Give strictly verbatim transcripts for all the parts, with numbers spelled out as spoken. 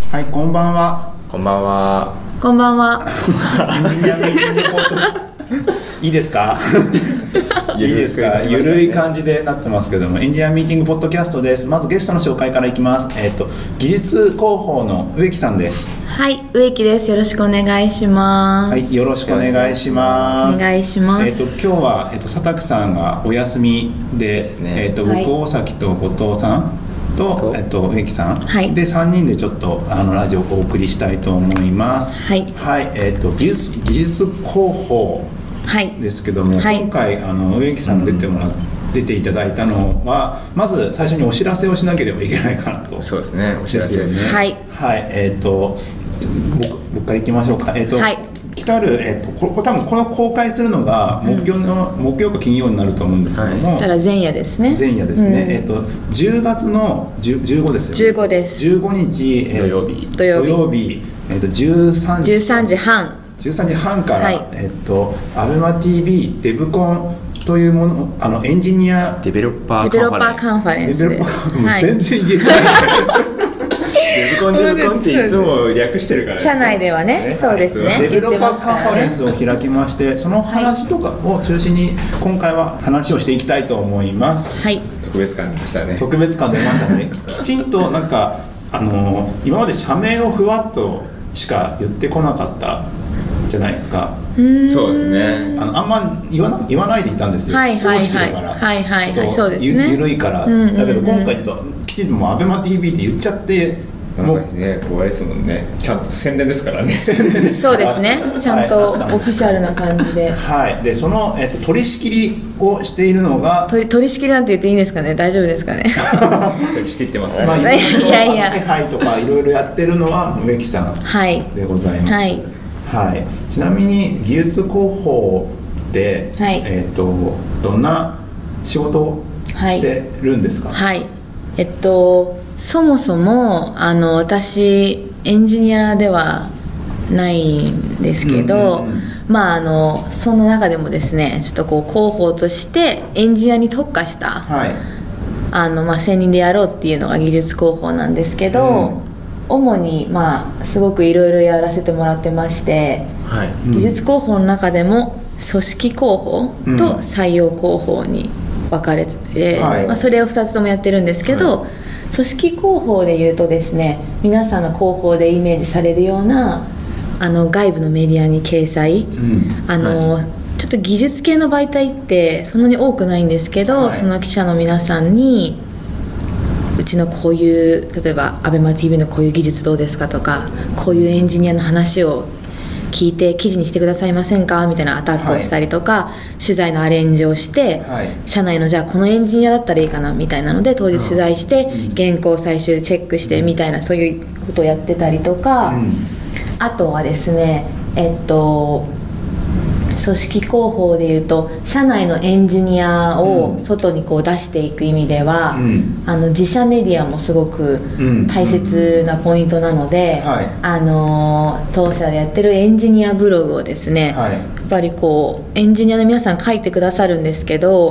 はい、こんばんは。 こんばんは。 こんばんは。 エンジニアミーティングポッドいいですかいいですか、ゆるい感じでなってますけども、エンジニアミーティングポッドキャストです。まずゲストの紹介からいきます。えっ、ー、と技術広報の植木さんです。 はい、植木です。よろしくお願いします。 はい、よろしくお願いします。 お願いします。 えっ、ー、と今日はえっ、ー、と佐竹さんがお休みで、 ですね、 えっ、ー、と僕、はい、大崎と後藤さんと、えっと、植木さん、はい、でさんにんでちょっとあのラジオをお送りしたいと思います。 はい、 はい、えっと、技術、技術広報ですけども、はい、今回あの植木さんが出てもらっ、うん、出ていただいたのはまず最初にお知らせをしなければいけないかなと。 そうですね、お知らせですね。 はい、 はい、えっと僕、僕からいきましょうか。えっと、はい、来たる、えっと、これ多分この公開するのが木曜の、うん、木曜か金曜になると思うんですけども、 そしたら前夜ですね。 前夜ですね、うん、えっとじゅうがつのじゅうごですよね。 じゅうごです。 じゅうごにち、えー、 土曜日土曜日、 土曜日、えっとじゅうさんじじゅうさんじはんじゅうさんじはんから、はい、えっとアベマ ティービー デブコンというもの、あのエンジニアデベロッパーカンファレンスです。 はい、全然言えないデブコンデブコンっていつも略してるから、ね、 社内ではね、ね、そうですね。 デベロッパーカンファレンスを開きまして、その話とかを中心に今回は話をしていきたいと思います。 はい。 特別感出ましたね。 特別感出ましたね。きちんとなんかあの今まで社名をふわっとしか言ってこなかったじゃないですか。 そうですね。 あのあんま言わな言わないでいたんですよ。 はいはいはい。 だからはいはいはい。そうですね。 ゆるいから、うんうんうん、だけど今回ちょっときちんともうアベマ ティービー って言っちゃって。 もうね、こうあれですもんね、ちゃんと宣伝ですからね。 宣伝です。 そうですね。ちゃんとオフィシャルな感じで。 はい。で、その、えっと、取り仕切りをしているのが取り取り仕切りなんて言っていいんですかね。大丈夫ですかね。 取り仕切ってますね。 まあ、いろいろいやいや手配とかいろいろやってるのは植木さんでございます。 はい。 はい。ちなみに技術広報で、はい、えっとどんな仕事をしてるんですか。 はい。はい、えっと。そもそもあの私エンジニアではないんですけど、うんうんうん、まああのその中でもですね、ちょっとこう広報としてエンジニアに特化した、はい、あのまあ専任でやろうっていうのが技術広報なんですけど、うん、主にまあすごくいろいろやらせてもらってまして、はい、うん、技術広報の中でも組織広報と採用広報に分かれてて、うん、はい、まあ、それをふたつともやってるんですけど、はい、組織広報でいうとですね、皆さんが広報でイメージされるようなあの外部のメディアに掲載、うん、あの、はい、ちょっと技術系の媒体ってそんなに多くないんですけど、はい、その記者の皆さんにうちのこういう、例えば アベマ ティービー のこういう技術どうですかとか、こういうエンジニアの話を聞いて記事にしてくださいませんかみたいなアタックをしたりとか、はい、取材のアレンジをして、はい、社内のじゃあこのエンジニアだったらいいかなみたいなので当日取材して、うん、原稿を最終でチェックしてみたいな、そういうことをやってたりとか、うん、あとはですね、えっと組織広報でいうと社内のエンジニアを外にこう出していく意味では、うん、あの自社メディアもすごく大切なポイントなので、うんうん、はい、あの当社でやってるエンジニアブログをですね、はい、やっぱりこうエンジニアの皆さん書いてくださるんですけど、うん、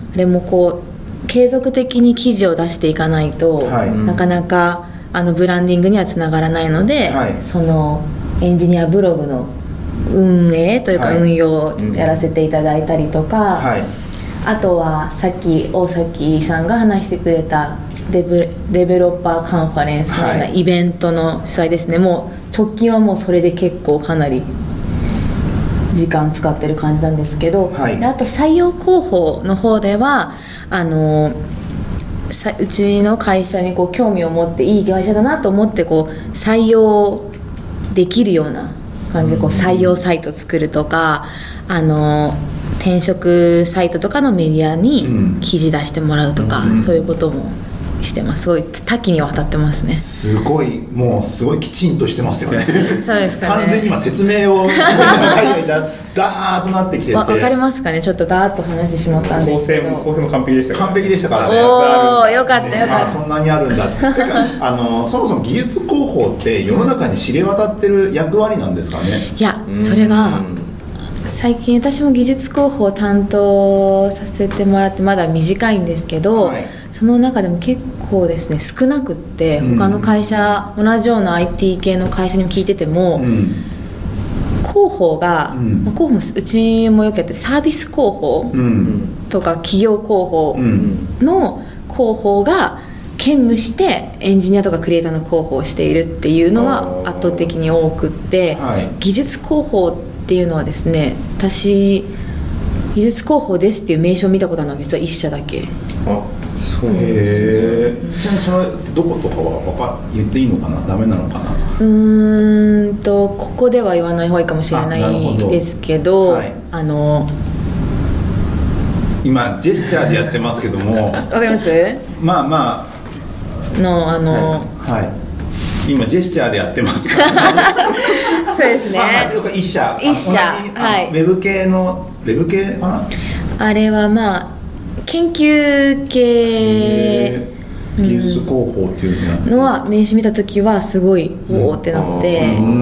あれもこう継続的に記事を出していかないと、はい、なかなかあのブランディングにはつながらないので、はい、そのエンジニアブログの運営というか運用をやらせていただいたりとか、はい、あとはさっき大崎さんが話してくれたデブデベロッパーカンファレンスのようなイベントの主催ですね、はい、もう直近はもうそれで結構かなり時間使ってる感じなんですけど、はい、であと採用広報の方ではあのさうちの会社にこう興味を持っていい会社だなと思ってこう採用できるような感じでこう採用サイト作るとか、あの転職サイトとかのメディアに記事出してもらうとか、うん、そういうこともしてます。すごい多岐にわたってますね。 すごい、もうすごいきちんとしてますよね。 そうですかね。 完全に今説明をダーッとなってきてて、 わかりますかね。ちょっとダーッと話してしまったんですけど、 構成も構成も完璧でしたから、ね、 完璧でしたからね。 おお、よかったよかった。 そんなにあるんだ。てかあのそもそも技術広報って世の中に知れ渡ってる役割なんですかね。 いや、それが最近私も技術広報を担当させてもらってまだ短いんですけど、はい、 その中でも結構ですね少なくって、 うん、 他の会社同じような アイティー 系の会社にも聞いてても、うん、広報が、うんまあ、広報もうちもよくやってサービス広報とか企業広報の広報が兼務してエンジニアとかクリエイターの広報をしているっていうのが圧倒的に多くって、はい、技術広報っていうのはですね私技術広報ですっていう名称を見たことあるのは実はいっ社だけ。 あ、そうなんですね。 ちなみにそれどことかはわか言っていいのかな、ダメなのかな。 うーんとここでは言わない方がいいかもしれないですけど、あ、はい、あの今ジェスチャーでやってますけどもわかります？ まあまあのあの、 はいはい、今ジェスチャーでやってますから、ね、 そうですね。 まあまあ一社一社はい、 ウェブ系のウェブ系かな。 あれはまあ研究系技術広報っていうのは名刺見た時はすごいおおってなって、うん、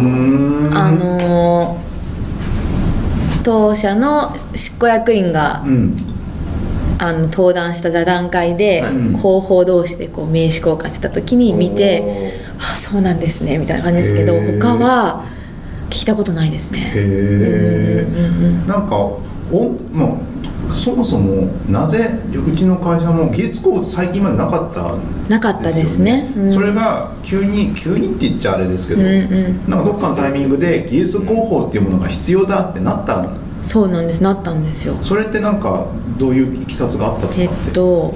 あの当社の執行役員が、うん、あの登壇した座談会で、うん、広報同士でこう名刺交換した時に見て、あ、そうなんですねみたいな感じですけど、他は聞いたことないですね。 へー、うんうんうん、なんかお、まあそもそもなぜうちの会社も技術広報って最近までなかったんですよね。 なかったですね、うん、それが急に急にって言っちゃあれですけど、うんうん、なんかどっかのタイミングで技術広報っていうものが必要だってなったん。 そうなんです、なったんですよ。 それってなんかどういういきさつがあったとかって。 えっと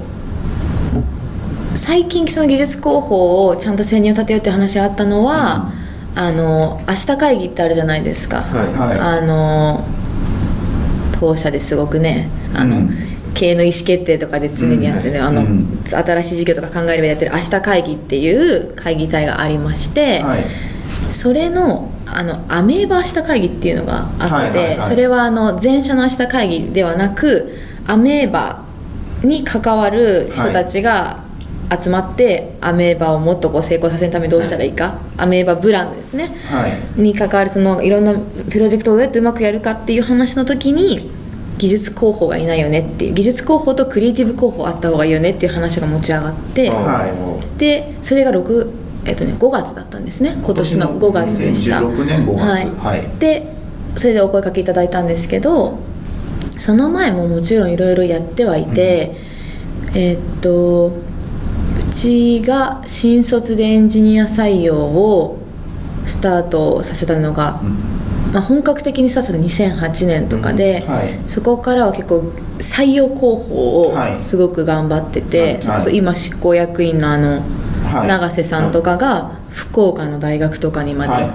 最近その技術広報をちゃんと専任を立てようって話があったのは、うん、あの明日会議ってあるじゃないですか、はいはい、あの当社ですごくねあの、うん、経営の意思決定とかで常にやってる、うん、あのうん、新しい事業とか考えればやってる明日会議っていう会議体がありまして、はい、それのあのアメーバ明日会議っていうのがあって、はいはいはい、それはあの全社の明日会議ではなくアメーバに関わる人たちが集まって、はい、アメーバをもっとこう成功させるためにどうしたらいいか、はい、アメーバブランドですね、はい、に関わるそのいろんなプロジェクトをどうやってうまくやるかっていう話の時に技術広報がいないよねっていう、技術広報とクリエイティブ広報あった方がいいよねっていう話が持ち上がって、はい、でそれがろく、えっとね、ごがつだったんですね。今年のごがつでした。 にせんじゅうろくねんごがつ、はいはい、でそれでお声かけいただいたんですけど、その前ももちろんいろいろやってはいて、うん、えー、っとうちが新卒でエンジニア採用をスタートさせたのが、うん、まあ、本格的にスタートしたのがにせんはちねんとかで、うんはい、そこからは結構採用広報をすごく頑張ってて、はいはい、今執行役員のあの、はい、永瀬さんとかが福岡の大学とかにまで行って、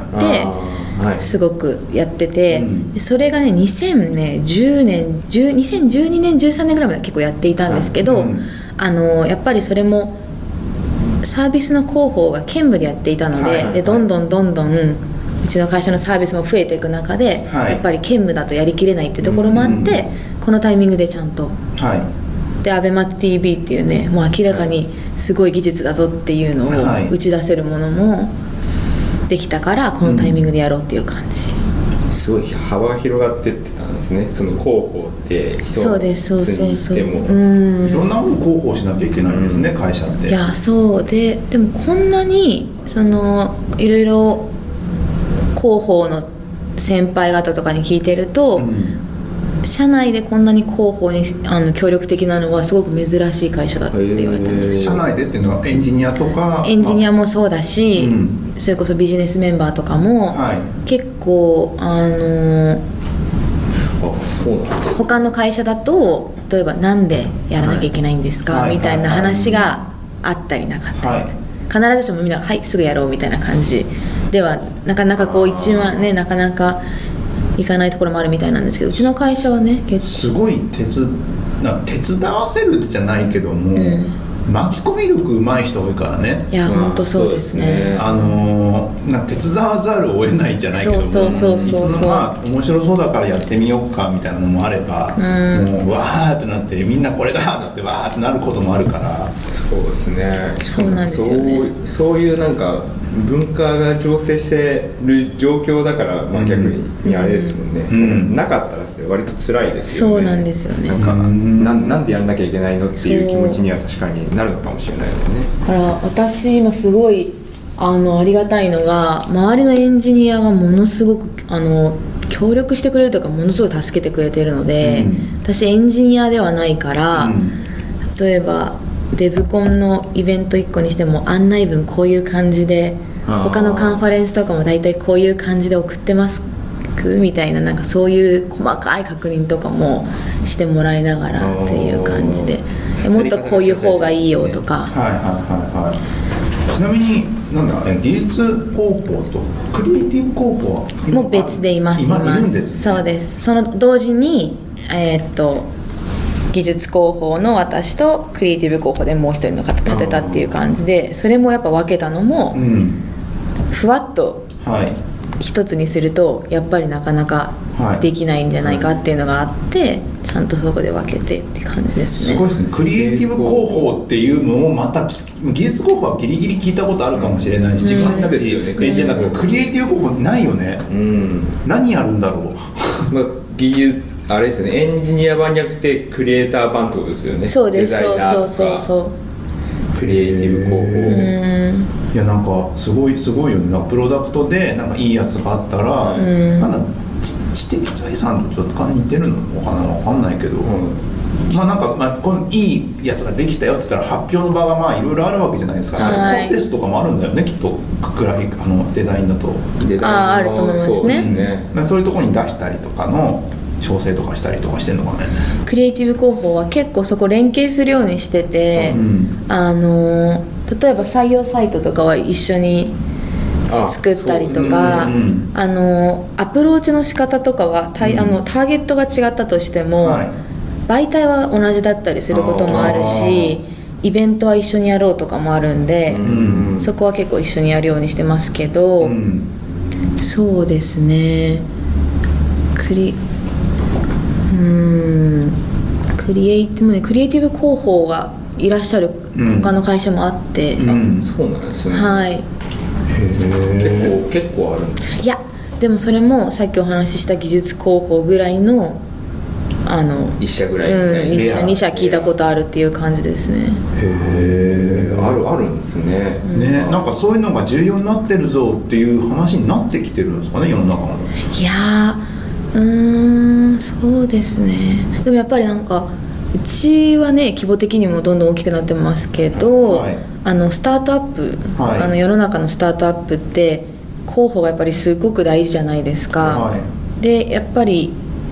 はい、すごくやってて、うん、それがねにせんじゅうねんにせんじゅうにねんじゅうさんねんぐらいまで結構やっていたんですけど、うん、あのやっぱりそれもサービスの広報が兼務でやっていたので、はいはい、でどんどんどんどんうちの会社のサービスも増えていく中で、はい、やっぱり兼務だとやりきれないっていうところもあって、うんうん、このタイミングでちゃんと、はい、で アベマ ティーブイ っていうねもう明らかにすごい技術だぞっていうのを打ち出せるものもできたからこのタイミングでやろうっていう感じ、 うん、すごい幅が広がってってたんですね。その広報って人そうですそうそうそう、 うん、いろんなもの広報しなきゃいけないんですね、うん、会社って。 いやそうででもこんなにそのいろいろ広報の先輩方とかに聞いてると、うん、社内でこんなに広報にあの協力的なのはすごく珍しい会社だって言われてます。 社内でっていうのはエンジニアとかエンジニアもそうだし、うん、それこそビジネスメンバーとかも、はい、結構あのあそうなんです。他の会社だと例えばなんでやらなきゃいけないんですか、はい、みたいな話があったりなかったり、はい、必ずしもみんなはいすぐやろうみたいな感じではなかなかこう一番ねなかなかいかないところもあるみたいなんですけど、うちの会社はね結構すごい手伝なんか手伝わせるじゃないけども、うん、巻き込み力上手い人多いからね。 いや本当そうですね。 あのー、なんか手伝わざるを得ないんじゃないけども、 そうそうそうそうそう、 まあ面白そうだからやってみようかみたいなのもあれば、うん、もうわーってなってみんなこれだだってわーってなることもあるから。 そうですね。 そうなんですよね。 そう、そういうなんか文化が醸成してる状況だから、まあ、逆にあれですもんね、うん、なかったらって割と辛いですよね。 そうなんですよね。 なんかうんななんでやんなきゃいけないのっていう気持ちには確かになるのかもしれないですね。 だから私今すごいあのありがたいのが、周りのエンジニアがものすごくあの協力してくれるとか、ものすごい助けてくれてるので、 うん私エンジニアではないから、 うん例えばデブコンのイベントいっこにしても案内文こういう感じで、 あー他のカンファレンスとかも大体こういう感じで送ってますみたいな、なんかそういう細かい確認とかもしてもらいながらっていう感じで、えもっとこういう方がいいよとか。 はいはいはいはい。ちなみになんだえ技術広報とクリエイティブ広報はもう別でいます今いまするんですね。 そうです。その同時にえーっと技術広報の私とクリエイティブ広報でもう一人の方立てたっていう感じで、それもやっぱ分けたのもうんふわっとはい一つにするとやっぱりなかなかはいできないんじゃないかっていうのがあって、ちゃんとそこで分けてって感じですね。 すごいですね。クリエイティブ広報っていうのをまた技術広報はギリギリ聞いたことあるかもしれないし、自分たちですよねエンジニアだけどクリエイティブ広報ないよね。 うん何やるんだろう。 まあ、技術あれですよね、エンジニア版じゃなくてクリエイター版ってことですよね。 そうです。 デザイナーとかそうそうそうそう。 クリエイティブ広報、 へいやなんかすごいすごいよね。なんかプロダクトでなんかいいやつがあったら、 んなんだ知知的財産とちょっと似てるのかな、わかんないけど、 うんまあなんか、まあ、このいいやつができたよって言ったら発表の場がまあいろいろあるわけじゃないですか、 はいコンテストとかもあるんだよねきっと、グラフィックあのデザインだと。 デザインもあーあると思いますねそうですね。 まあそういうところに出したりとかの調整とかしたりとかしてんのかね。 クリエイティブ広報は結構そこ連携するようにしてて、 うんあの例えば採用サイトとかは一緒にあ作ったりとそうか、 ですねうんあのアプローチの仕方とかはタイ、 うんあのターゲットが違ったとしても、 はい媒体は同じだったりすることもあるし、イベントは一緒にやろうとかもあるんで、 うんそこは結構一緒にやるようにしてますけど、 うんそうですねクリうーんクリエイティブねクリエイティブ広報がいらっしゃるうん他の会社もあって、 うんあそうなんですね。 はいへ結え構結構あるんです。 いやでもそれもさっきお話しした技術広報ぐらいのあの一社ぐらいみたうん、 いな。 一社に社聞いたことあるっていう感じですね。 へえあるあるんですね。 ね、なんかそういうのが重要になってるぞっていう話になってきてるんですかね世の中も。 いやーうーんそうですね。でもやっぱりなんかうちはね規模的にもどんどん大きくなってますけど、 はいあのスタートアップ、 はいあの世の中のスタートアップって候補がやっぱりすごく大事じゃないですか、 はいでやっぱり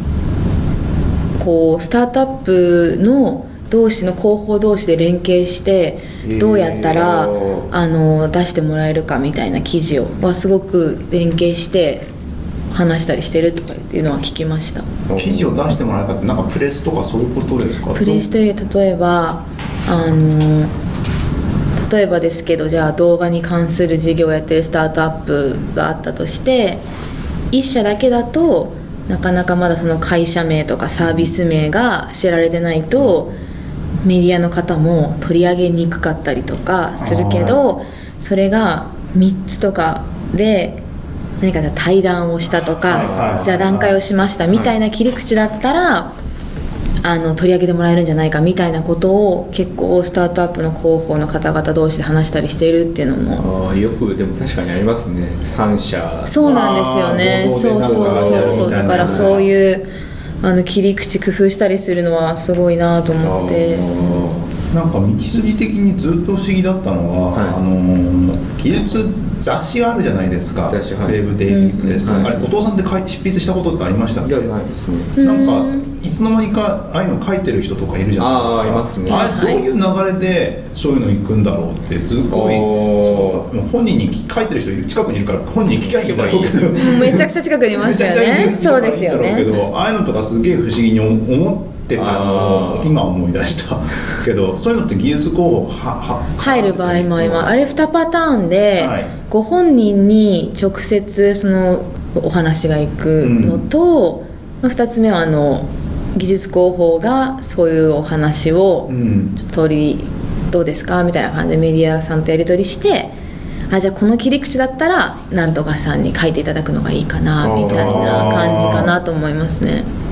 こうスタートアップの同士の広報同士で連携してどうやったら、 へーあの出してもらえるかみたいな記事をはすごく連携して話したりしてるとかっていうのは聞きました。 記事を出してもらえたってなんかプレスとかそういうことですか。 プレスという例えばあの例えばですけどじゃあ動画に関する事業をやってるスタートアップがあったとして一社だけだとなかなかまだその会社名とかサービス名が知られてないとメディアの方も取り上げにくかったりとかするけどそれがみっつとかで何か対談をしたとはいはいはいか座談会をしましたみたいな切り口だったらあの取り上げてもらえるんじゃないかみたいなことを結構スタートアップの広報の方々同士で話したりしているっていうのもあーよくでも確かにありますね。三社そうなんですよねあーそうそう合同でなんかやるみたいなそうそうだからそういうあの切り口工夫したりするのはすごいなと思ってなんか道筋的にずっと不思議だったのが、 はいあのー技術雑誌があるじゃないですか。 雑誌はいウェブデイリープレスとか、 うんあれ後藤さんって書い執筆したことってありましたっけ。 いやないですね。 なんかいつの間にかああいうの書いてる人とかいるじゃないですか。 あーいますねあれどういう流れでそういうの行くんだろうってすごいおーちょっと本人に聞書いてる人いる近くにいるから本人に聞きゃいいんだろうけどめちゃくちゃ近くにいますよねそうですよねめちゃくちゃいいんだろうけどああいうのとかすげえ不思議に思ってたのをあー今思い出したけどそういうのって技術候補はは入る場合も今あれにパターンで、 はいご本人に直接そのお話が行くのと、まあ、ふたつめはあの技術広報がそういうお話をうん取りどうですかみたいな感じでメディアさんとやり取りしてあじゃあこの切り口だったらなんとかさんに書いていただくのがいいかなみたいな感じかなと思いますね。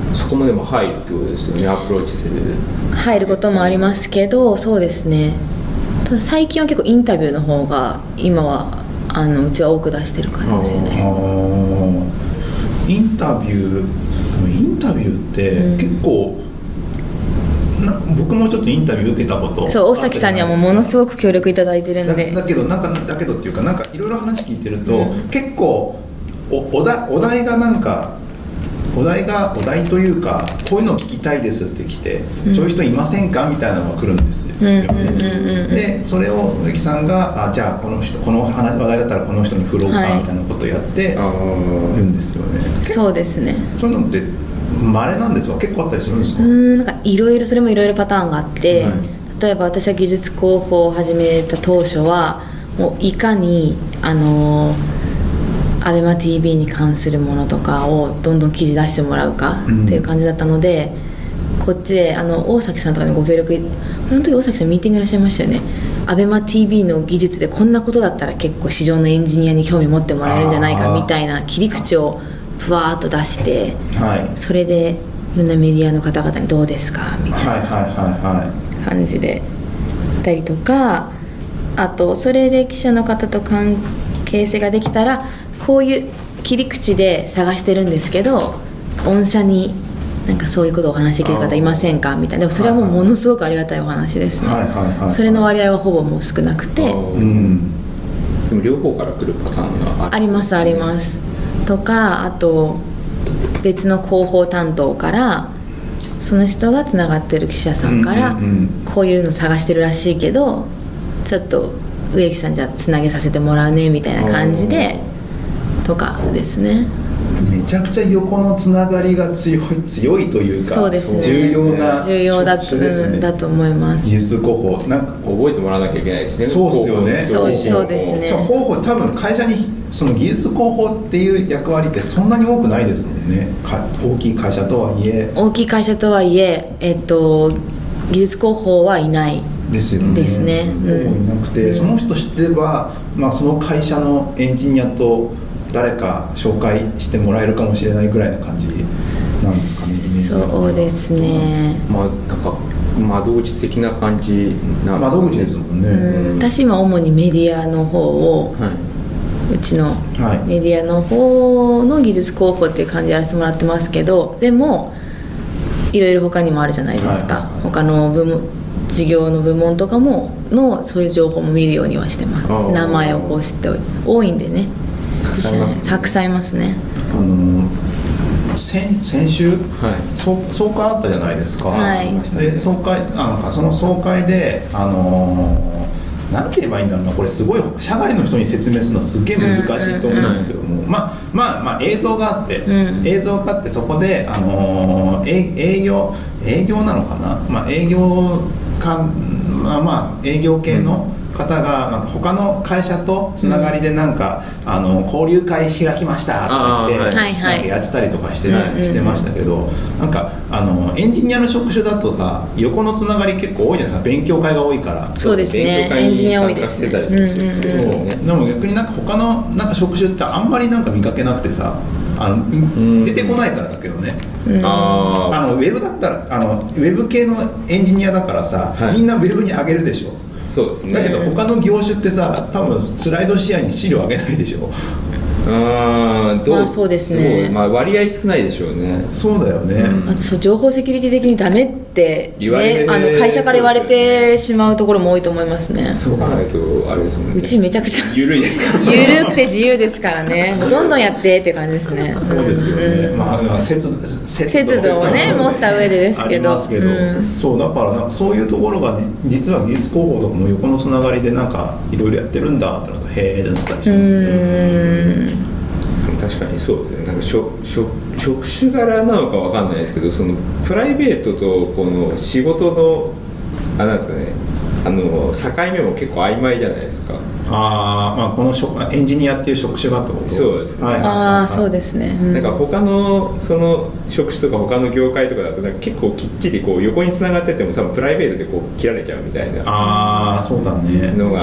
そこまでも入るってことですよね、アプローチする。 入ることもありますけど、そうですね。ただ最近は結構インタビューの方が今はあのうちは多く出してるかもしれないですね。 インタビューインタビューって結構、うん、な僕もちょっとインタビュー受けたことそう大崎さんにはもうものすごく協力いただいてるんで、 だ, だけどなんかだけどっていうかなんかいろいろ話聞いてると、うん、結構 お, お, だお題がなんかお題がお題というかこういうのを聞きたいですって来て、うん、そういう人いませんかみたいなのが来るんですよ、ね、でそれを植木さんがあじゃあこの人この話話題だったらこの人に振ろうかみたいなことをやってるんですよね、はい、 そうですね。 そういうのって稀なんですか？結構あったりするんですか？ うーんなんかいろいろそれもいろいろパターンがあって、はい、例えば私は技術広報を始めた当初はもういかにあのーアベマ ティービー に関するものとかをどんどん記事出してもらうかっていう感じだったので、うん、こっちであの大崎さんとかにご協力、この時大崎さんミーティングいらっしゃいましたよね。アベマ ティービー の技術でこんなことだったら結構市場のエンジニアに興味持ってもらえるんじゃないかみたいな切り口をふわーっと出して、はい、それでいろんなメディアの方々にどうですかみたいな感じでたりとか、あとそれで記者の方と関係性ができたらこういう切り口で探してるんですけど御社になんかそういうことをお話しできる方いませんかみたいな。でもそれはもうものすごくありがたいお話ですね、はいはいはいはい、それの割合はほぼもう少なくて、うん、 でも両方から来るパターンがある、 ありますありますとか、あと別の広報担当からその人がつながってる記者さんから、うんうんうん、こういうの探してるらしいけどちょっと植木さんじゃつなげさせてもらうねみたいな感じでとかですね。 めちゃくちゃ横のつながりが強い強いというか、 そうですね、 重要な重要だと、ね、だと思います。 技術広報なんか覚えてもらわなきゃいけないですね。 そうですよね。 そうそうですね。 広報多分会社にその技術広報っていう役割ってそんなに多くないですもんね。大きい会社とはいえ大きい会社とはいええっと技術広報はいないですよね。 ですね。 うん、いなくて、その人知ってれば、まあ、その会社のエンジニアと誰か紹介してもらえるかもしれないぐらいな感じなんですかね。 そうですね。 まあなんか窓口的な感じなんですかね。 窓口ですもんね。 うん、私今主にメディアの方を、はい、うちのメディアの方の技術広報っていう感じでやらせてもらってますけど、でもいろいろ他にもあるじゃないですか、はいはいはい、他の部門事業の部門とかものそういう情報も見るようにはしてます。名前をこう知って多いんでね、たくさんいますね。 あの先, 先週、はい、総, 総会あったじゃないですか、はい、で総会あのその総会であのなんて言えばいいんだろうな、これすごい社外の人に説明するのすげえ難しいと思うんですけども、うんうんうん、まあまあまあ映像があって、うん、映像があってそこであの営業営業なのかな、まあ営業かまあまあ営業系の、うん方がなんか他の会社とつながりでなんか、うん、あの交流会開きましたって言って、はい、なんかやってたりとかしてたりしてましたけど、なんかあのエンジニアの職種だとさ横のつながり結構多いじゃないですか。勉強会が多いから。 そうですね、エンジニア多いですね。でも逆になんか他のなんか職種ってあんまりなんか見かけなくてさ、あの出てこないからだけどね、うん、ああのウェブだったらあのウェブ系のエンジニアだからさ、はい、みんなウェブに上げるでしょ。 そうですね、 だけど他の業種ってさ多分スライド視野に資料上げないでしょ。 あどう、 まあ、そうですね、 まあ、割合少ないでしょうね。 そうだよね、 うん、あとそう情報セキュリティ的にダメって、ね、あの会社から言われてしまうところも多いと思いますね。 そう考えるとあれですもんね、 うちめちゃくちゃ緩いですから緩くて自由ですからねもうどんどんやってっていう感じですね。 そうですよね、うん、まあ節度をね持った上でですけど、ありますけど、うん、 そうだからなんかそういうところが実は技術広報とかの横のつながりでなんかいろいろやってるんだってのとへーってなったりしますね。 うん確かにそうですね。なんか職種柄なのかわかんないですけど、そのプライベートとこの仕事のあなんですかね、あの境目も結構曖昧じゃないですか。 あ、まあ、このエンジニアっていう職種がってこと。 そうですね、 はいはいはいはい、ああそうですね、うん、 なんか他のその職種とか他の業界とかだとなんか結構きっちりこう横につながってても多分プライベートでこう切られちゃうみたいなああそうだねのが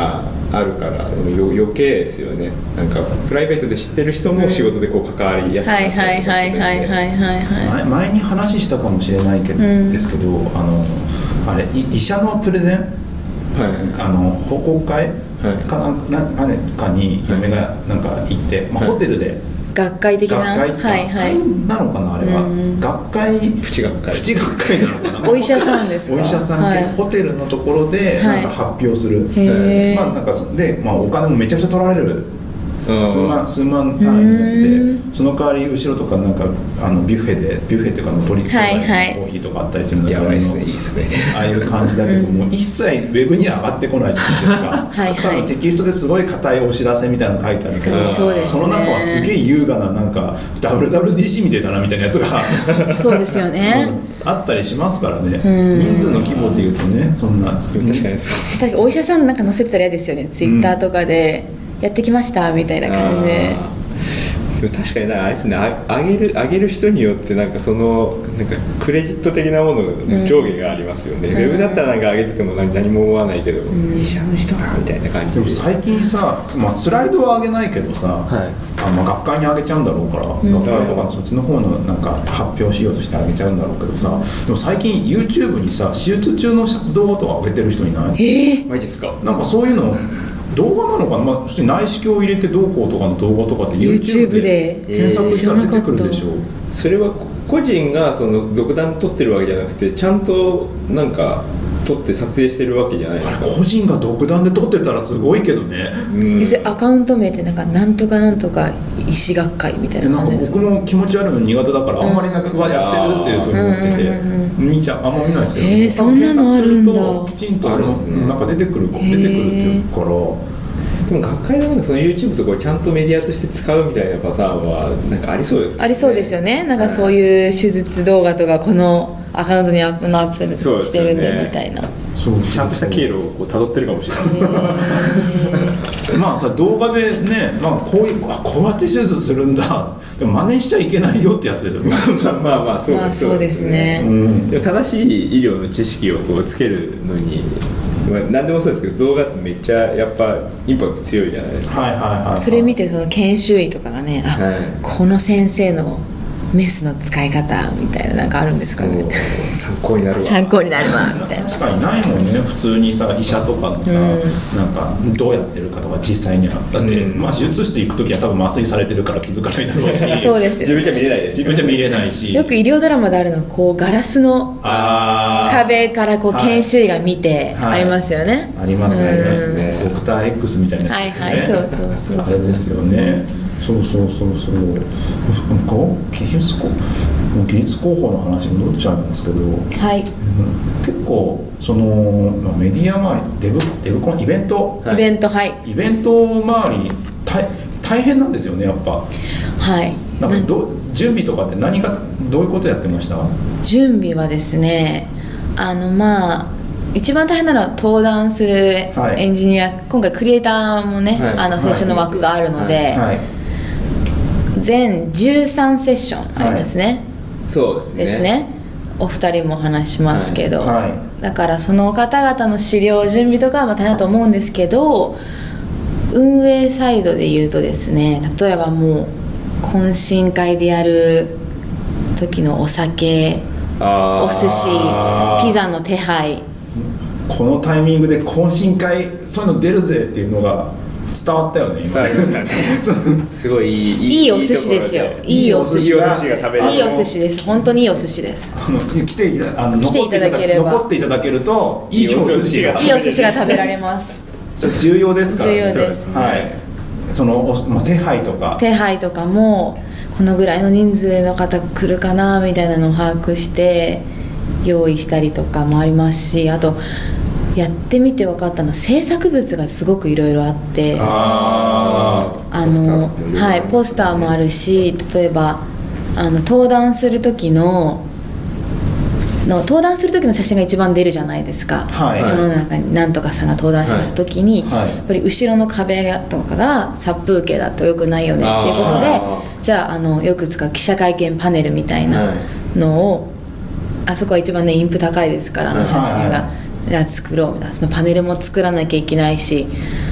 あるからよ余計ですよね。なんかプライベートで知ってる人も仕事でこう関わりやすくなったりとかするんで、 はいはいはいはいはいはい。 前前に話したかもしれないけど、 うんですけどあのあれい医者のプレゼン、 はいあの報告会はいかなんな何かに嫁がなんか行って、まあ、 はいホテルで学会的な学会、 はいは学会い。 なのかなあれは、 うん学会プチ学会プチ学会なのかなお医者さんですか？ お医者さん系、 はいホテルのところではいなんか発表する、 へーまあなんかそで、まあ、お金もめちゃくちゃ取られる数うん万数万単位のやつで、 うんその代わり後ろとかなんかあのビュッフェでビュッフェっていうかあのトリックはいはいコーヒーとかあったりするのやばいですね、いいですね。 ああいう感じだけども、一切ウェブには上がってこないじゃないですかはいはい多分テキストですごい硬いお知らせみたいなの書いてあるけど、 確かにそうですねの中はすげえ優雅ななんか ダブリューダブリューディーシー みたいだなみたいなやつがそうですよね。 あったりしますからね、 うん人数の規模でいうとねそんな確かにそうです。 確かにお医者さんなんか載せてたら嫌ですよね。ツイッターとかでやってきましたみたいな感じで。 あーでも確かになんかあれですね、ああげるあげる人によってなんかそのなんかクレジット的なものの上下がありますよね、 うんウェブだったらなんか上げてても何何も思わないけど、医者の人がみたいな感じでも最近さ、まあ、スライドは上げないけどさ、 はいあまあ、学会に上げちゃうんだろうから、 ん学会とかそっちの方のなんか発表しようとして上げちゃうんだろうけどさ、でも最近 YouTube にさ手術中の動画とか上げてる人いない？ えー、 マジっすか。 なんかそういうの動画なのかな、まあ、普通に内視鏡を入れてどうこうとかの動画とかって YouTube YouTube でで検索したら出てくるでしょう、 それは個人がその独断で撮ってるわけじゃなくてちゃんとなんか撮って撮影してるわけじゃないですか。 あれ個人が独断で撮ってたらすごいけどね、 うん要するにアカウント名ってなんかなんとかなんとか医師学会みたいでなんかな感じです僕も気持ち悪いの苦手だから、あんまりなんかうわやってるっていうふうに思ってて、 うんうん見ちゃあんま見ないですけど、 えーそんなのあるんだ多分検索するときちんとそのありますねなんか出てくる出てくるっていうから、 でも学会はなんかその YouTube とかをちゃんとメディアとして使うみたいなパターンはなんかありそうですね。 ありそうですよね。なんかそういう手術動画とかこのアカウントにアップのアップしてるんでみたいな。 そうちゃんとした経路をこう辿ってるかもしれないです。 まあさ動画でね、まあ、こういうあこうやって手術するんだでも真似しちゃいけないよってやつですよねまあまあまあそうまあそうですね。 うんでも正しい医療の知識をこうつけるのに、まあ、何でもそうですけど動画ってめっちゃやっぱインパクト強いじゃないですか。 はいはいはいはい、 それ見てその研修医とかがね、あ、 はいこの先生のメスの使い方みたいななんかあるんですかね。 そう参考になるわ。 参考になるわみたいな。 確かにないもんね普通にさ医者とかのさ、 うんなんかどうやってるかとか実際にはだって、 うんまあ、手術室行く時は多分麻酔されてるから気づかないだろうしそうですよね。 自分じゃ見れないです自分じゃ見れないしよく医療ドラマであるのはこうガラスのあー壁からこうはい研修医が見てはいありますよね。 ありますね、 うんありますねドクター X みたいなやつですよね、 はいはいそうそうそうそうあれですよねそうそうそうそうこう技術こもう技術広報の話に戻っちゃうんですけど、 はい。 結構その、まあ、メディア周りデブデブコンイベントはいイベントはいイベント周り大大変なんですよねやっぱはい。 なんかど準備とかって何かどういうことやってました？ 準備はですね、あのまあ一番大変なのは登壇するエンジニア、はい、今回クリエイターもね、 はい、 あのセッションの枠があるので、 はいはい、 全じゅうさんセッションありますね、はい、 そうですねですねお二人もお話しますけど、 はいはい、 だからその方々の資料準備とかはまあ大変だと思うんですけど、運営サイドで言うとですね、例えばもう懇親会でやる時のお酒、お寿司、ピザの手配、 このタイミングで懇親会そういうの出るぜっていうのが伝わったよね。 伝わりましたねすごいいいいいお寿司ですよ。いいお寿司が食べれるいいお寿司です。本当にいいお寿司です。 あの来ていたあの来ていただければ残っていただけるといいお寿司がいいお寿司が食べられますそれ重要ですから、 重要ですね、 はい、そのおもう手配とか手配とかもこのぐらいの人数の方来るかなみたいなのを把握して用意したりとかもありますし、あとやってみて分かったのは制作物がすごくいろいろあって、 ああのはいポスターもあるし、例えばあの登壇する時のの登壇する時の写真が一番出るじゃないですか、 はい、 世の中に何とかさんが登壇しました時に、はいはい、やっぱり後ろの壁とかが殺風景だとよくないよねっていうことで、じゃあ、あのよく使う記者会見パネルみたいなのを、はい、あそこは一番ねインプ高いですから、あの写真が、はいはい、じゃあ作ろうみたいな、そのパネルも作らなきゃいけないし、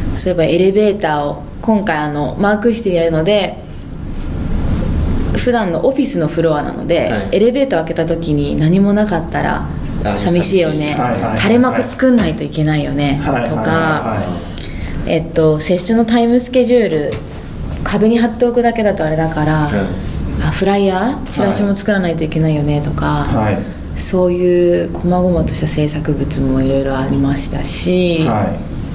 そういえばエレベーターを今回あのマークシティにやるので、普段のオフィスのフロアなので、はい、エレベーターを開けた時に何もなかったら寂しいよね、垂れ幕作んないといけないよね、はい、とか、えっとセッションのタイムスケジュール壁に貼っておくだけだとあれだから、はい、あフライヤーチラシも作らないといけないよねとか、はい、そういう細々とした制作物もいろいろありましたし、 はい、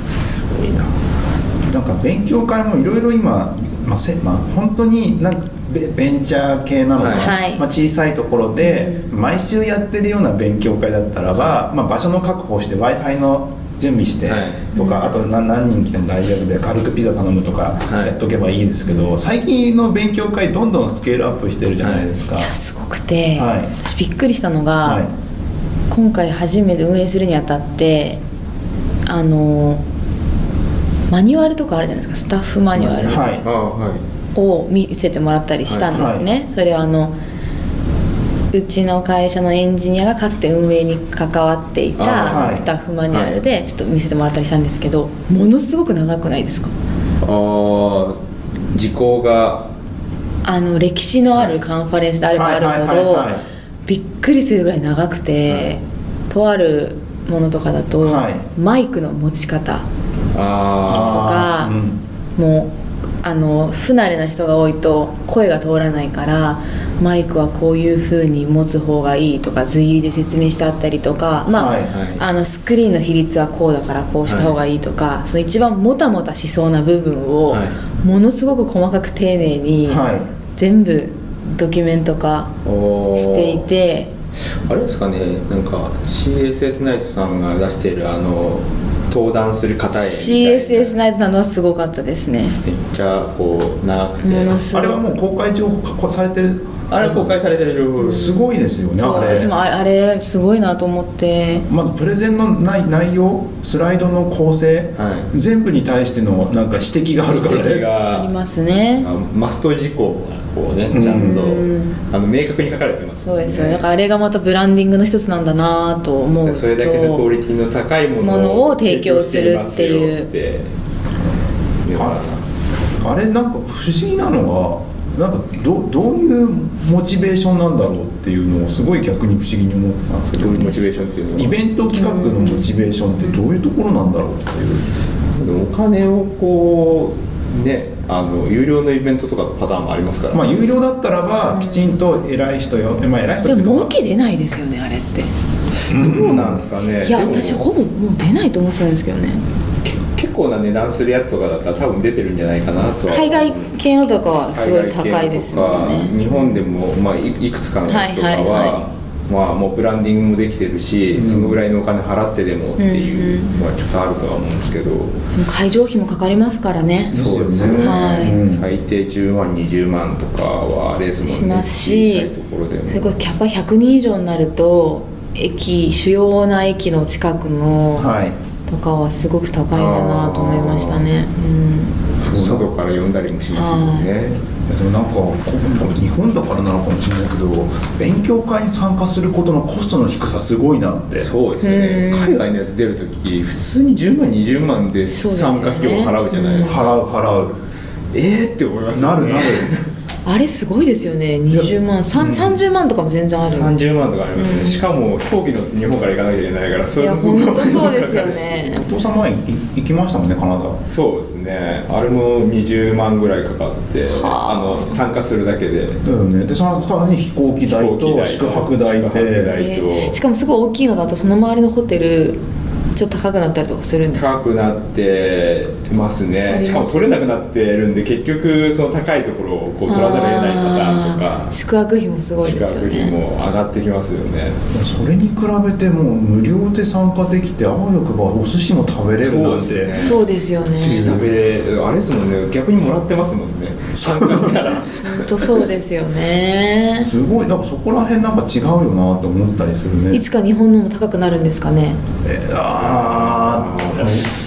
すごいな。なんか勉強会もいろいろ今、まあせまあ、本当になんかベンチャー系なのか、はい、まあ、小さいところで毎週やってるような勉強会だったらば、まあ、場所の確保して Wi-Fi の準備してとか、はい、あと 何, 何人来ても大丈夫で軽くピザ頼むとかやっとけばいいですけど、はい、最近の勉強会どんどんスケールアップしてるじゃないですか、 はい、いやすごくて、はい、私びっくりしたのが、はい、今回初めて運営するにあたってあのマニュアルとかあるじゃないですか、スタッフマニュアル、はいはい、を見せてもらったりしたんですね、はいはい、それはあのうちの会社のエンジニアがかつて運営に関わっていたスタッフマニュアルでちょっと見せてもらったりしたんですけど、ものすごく長くないですか？ あ時効があの歴史のあるカンファレンスであればあるほどびっくりするぐらい長くて、はい、とあるものとかだと、はい、マイクの持ち方とか、うん、もうあの不慣れな人が多いと声が通らないからマイクはこういう風に持つ方がいいとか図入りで説明してあったりとか、まあはいはい、あのスクリーンの比率はこうだからこうした方がいいとか、はい、その一番もたもたしそうな部分を、はい、ものすごく細かく丁寧に全部ドキュメント化していて、 あれですかね、なんか シーエスエス ナイトさんが出しているあの登壇する方へシーエスエス ナイトさんのはすごかったですね。 めっちゃこう長くて、 あれはもう公開情報されてる、 あれ公開されてる情報すごいですよね。 そう、 あれ私もあれすごいなと思って、 まずプレゼンの内内容、スライドの構成、はい、全部に対してのなんか指摘があるからね、 指摘がありますね。 マスト事項がこうねちゃんとあの明確に書かれてます、ね、 そうですよ。だからあれがまたブランディングの一つなんだなと思うと、 それだけのクオリティの高いものを提供するっていう。 あ, あれなんか不思議なのはなんか ど, どういうモチベーションなんだろうっていうのをすごい逆に不思議に思ってたんですけど、 どういうモチベーションっていうのはイベント企画のモチベーションってどういうところなんだろうっていう、 お金をこうね、あの有料のイベントとかのパターンもありますから、 まあ有料だったらばきちんと偉い人よ、まあ偉い人ってでも儲け出ないですよねあれって。 どうなんですかね。 いや私ほぼもう出ないと思ってたんですけどね。 結構な値段するやつとかだったら多分出てるんじゃないかなとは。 海外系のとかはすごい高いですもんね。 日本でも、まあ、い, いくつかのやつとかは、はいはいはい、まあ、もうブランディングもできてるし、うん、そのぐらいのお金払ってでもっていうのはちょっとあるとは思うんですけど、うんうん、会場費もかかりますからね。 そうですね、はい、最低じゅうまんにじゅうまんとかはあれですもんね。 しますし、小さいところでもそれこそキャパひゃくにん以上になると駅主要な駅の近くの、はいとかはすごく高いんだなと思いましたね。 うん、外から呼んだりもしますもんね。 いやでもなんか日本だからなのかもしれないけど、勉強会に参加することのコストの低さすごいなって。 そうですよね。海外のやつ出るとき普通にじゅうまんにじゅうまんで参加費用を払うじゃないですか。 払う払う。 えーって思いますよね。 なるなる。 あれすごいですよね。にじゅうまん、うん、さんじゅうまんとかも全然ある。 さんじゅうまんとかありますね、うん、しかも飛行機乗って日本から行かなきゃいけないから、それいや本当そうですよね。 お父さん前行きましたもんね、カナダ。 そうですね、あれもにじゅうまんぐらいかかってあの参加するだけで。 だよね。でさらに飛行機代と宿泊代で、 えー、しかもすごい大きいのだとその周りのホテルちょっと高くなったりとかするんですか？ 高くなってますね。しかも取れなくなってるんで、結局その高いところをこう取らざるを得ないパターンとか、 宿泊費もすごいですよね。 宿泊費も上がってきますよね。 それに比べてもう無料で参加できて、あわよくばお寿司も食べれるなんて。 そうですよね。 寿司食べれあれですもんね、逆にもらってますもんね、参加したら。 本当そうですよね。 すごい、なんかそこら辺なんか違うよなと思ったりするね。 いつか日本のも高くなるんですかね。 えー、ああ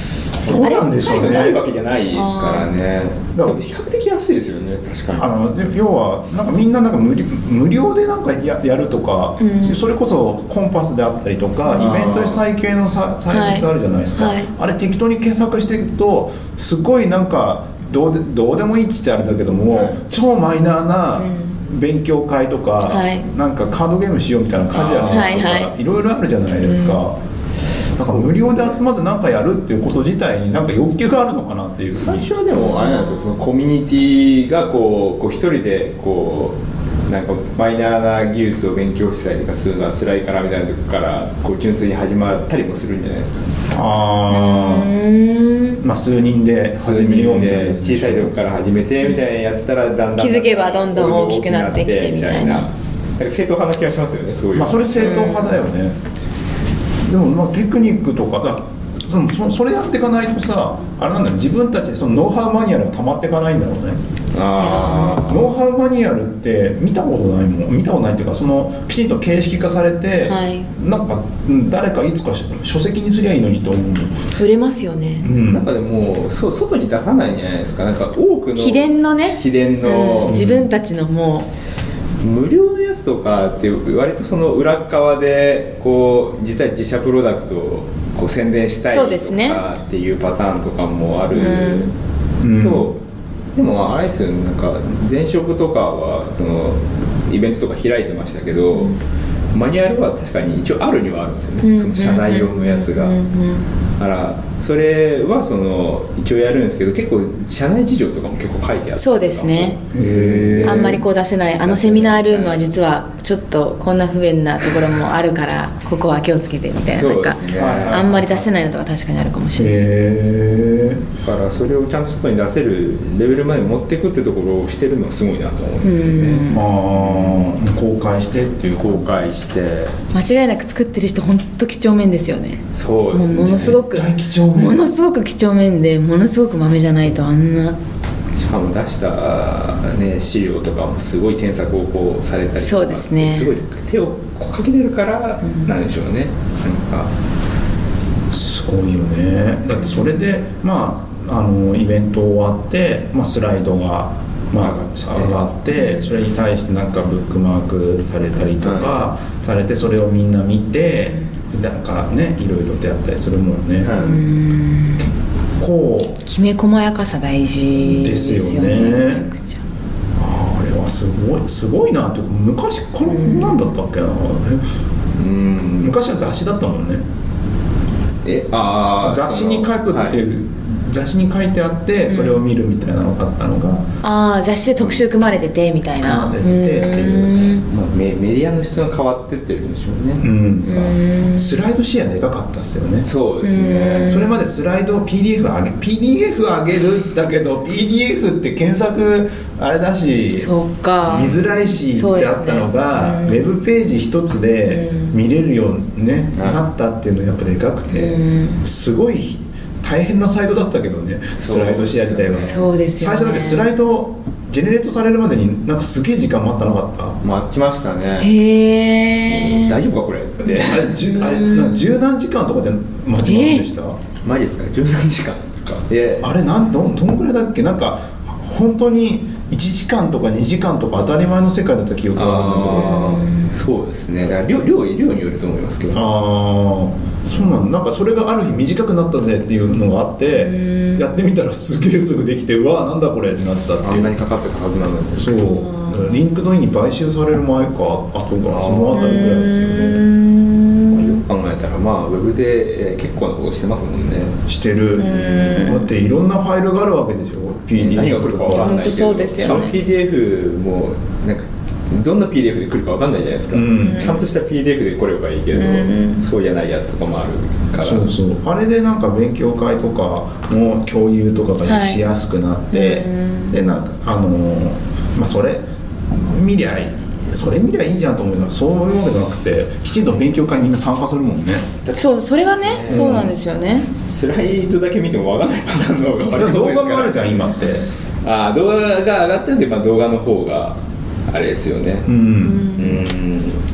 どうなんでしょうね。 ないわけじゃないですからね。 だから比較的安いですよね、確かに。 あので要はなんかみんななんか無料、無料でなんか や, やるとか、うん、それこそコンパスであったりとかイベント主催系のサービスあるじゃないですか、はいはい、あれ適当に検索していくとすごいなんかどう で, どうでもいいって言ってあれだけども、はい、超マイナーな勉強会とか、はい、なんかカードゲームしようみたいなカジュアルなやつとか、はいはい、いろいろあるじゃないですか、うん、なんか無料で集まって何かやるっていうこと自体になんか欲求があるのかなっていう。 最初はでもあれなんですよ、そのコミュニティがこうこう一人でこうなんかマイナーな技術を勉強したりとかするのは辛いからみたいなとこからこう純粋に始まったりもするんじゃないですか。 あー、まあ数人で始めようみたいな、 小さいとこから始めてみたいなやってたらだんだん気づけばどんどん大きくなってきてみたいな、なんか正統派な気がしますよね、そういう。 まあそれ正統派だよね。でもまあテクニックとかだその そ, それやっていかないとさ、あれなんだよ、自分たちでそのノウハウマニュアルが溜まっていかないんだろうね。あノウハウマニュアルって見たことないもん、見たことないっていうか、そのきちんと形式化されて、はい、なんか誰かいつか書籍にすりゃいいのにと思う。 売れますよね、 うん、なんかでもそう外に出さないんじゃないですか。なんか多くの秘伝のね、 秘伝の、 うん、自分たちのもう無料のやつとかって割とその裏側でこう実は自社プロダクトをこう宣伝したいとかっていうパターンとかもある、うん、と、でもあれですよね、なんか前職とかはそのイベントとか開いてましたけど、うん、マニュアルは確かに一応あるにはあるんですよね、うん、その社内用のやつが、うんうん、だからそれはその一応やるんですけど、結構社内事情とかも結構書いてあって、 そうですね、あんまりこう出せない、あのセミナールームは実はちょっとこんな不便なところもあるからここは気をつけてみたいな、なんかあんまり出せないのとか確かにあるかもしれない。 へだからそれをちゃんと外に出せるレベルまで持っていくってところをしてるのはすごいなと思うんですよね。 ああ、公開してっていう公開して間違いなく作ってる人本当几帳面ですよね。 そうですね、 もうものすごくものすごく几帳面で、ものすごく豆じゃないとあんな、 しかも出した、ね、資料とかもすごい添削をこうされたりとか、 そうですね、 すごい手をかけてるからなんでしょうね、うん、なんかすごいよね。だってそれでまああのイベント終わって、まあ、スライドが、まあ、上がって、それに対してなんかブックマークされたりとかされて、それをみんな見てなんかね、いろいろとやったりするもんね、うん、結構きめ細やかさ大事ですよね。めちゃくちゃあ, あれはすごいすごいなっていうか、昔からこんなんだったっけな、うん、昔は雑誌だったもんね。 えあ雑誌に書くっていう、はい、雑誌に書いてあってそれを見るみたいなのがあったのが、うん、 ああ雑誌で特集組まれててみたいな、 組まれててっていう、 まあ、メ, メディアの質が変わってってるんでしょうね、 うん、スライドシェアでかかったっすよね。 そうですね、 それまでスライドを ピーディーエフ 上げ ピーディーエフ 上げるだけど ピーディーエフ って検索あれだし、 そうか、 見づらいしってあったのが、ね、うん、ウェブページ一つで見れるように、ね、うん、なったっていうのはやっぱでかくて、うん、すごい大変なサイトだったけどね、スライドシェア自体は。 そうですよね、 最初だってスライドジェネレートされるまでになんかすげえ時間待ったなかった？ 待ちましたね。 へえ、 大丈夫かこれってあれじゅあれな十何時間とかで待ちませんでした？ マジですか？十何時間ですか？えあれなんどんどんぐらいだっけ？なんか本当にいちじかんとかにじかんとか当たり前の世界だった記憶があるんだけど。 そうですね、だから 量, 量, 量によると思いますけど。 ああ、そうなんだ。なんかそれがある日短くなったぜっていうのがあって、やってみたらすげえすぐできて、うわーなんだこれってなってたっていう。 あんなにかかってたはずなのに。 そう、リンクドインに買収される前か後かそのあたりぐらいですよね。 考えたらまあウェブで結構なことしてますもんね。 してる。だっていろんなファイルがあるわけでしょ。ピーディーエフ何が来るか分かんないけど、 そうですよね、 ピーディーエフ もなんかどんな ピーディーエフ で来るか分かんないじゃないですか、うん、ちゃんとした ピーディーエフ で来ればいいけど、うん、そうじゃないやつとかもあるから。 そうそう、あれでなんか勉強会とかも共有とかがしやすくなって、はい、でなんかあのまあそれ見りゃいいそれ見りゃいいじゃんと思うけど、そういうわけじゃなくてきちんと勉強会にみんな参加するもんね。 そう、それがね、うん、そうなんですよね。 スライドだけ見ても分かんないパターンの方が割と多いですから。 動画もあるじゃん今って。 ああ、動画が上がってるんで、まあ、動画の方があれですよね。うん、うん、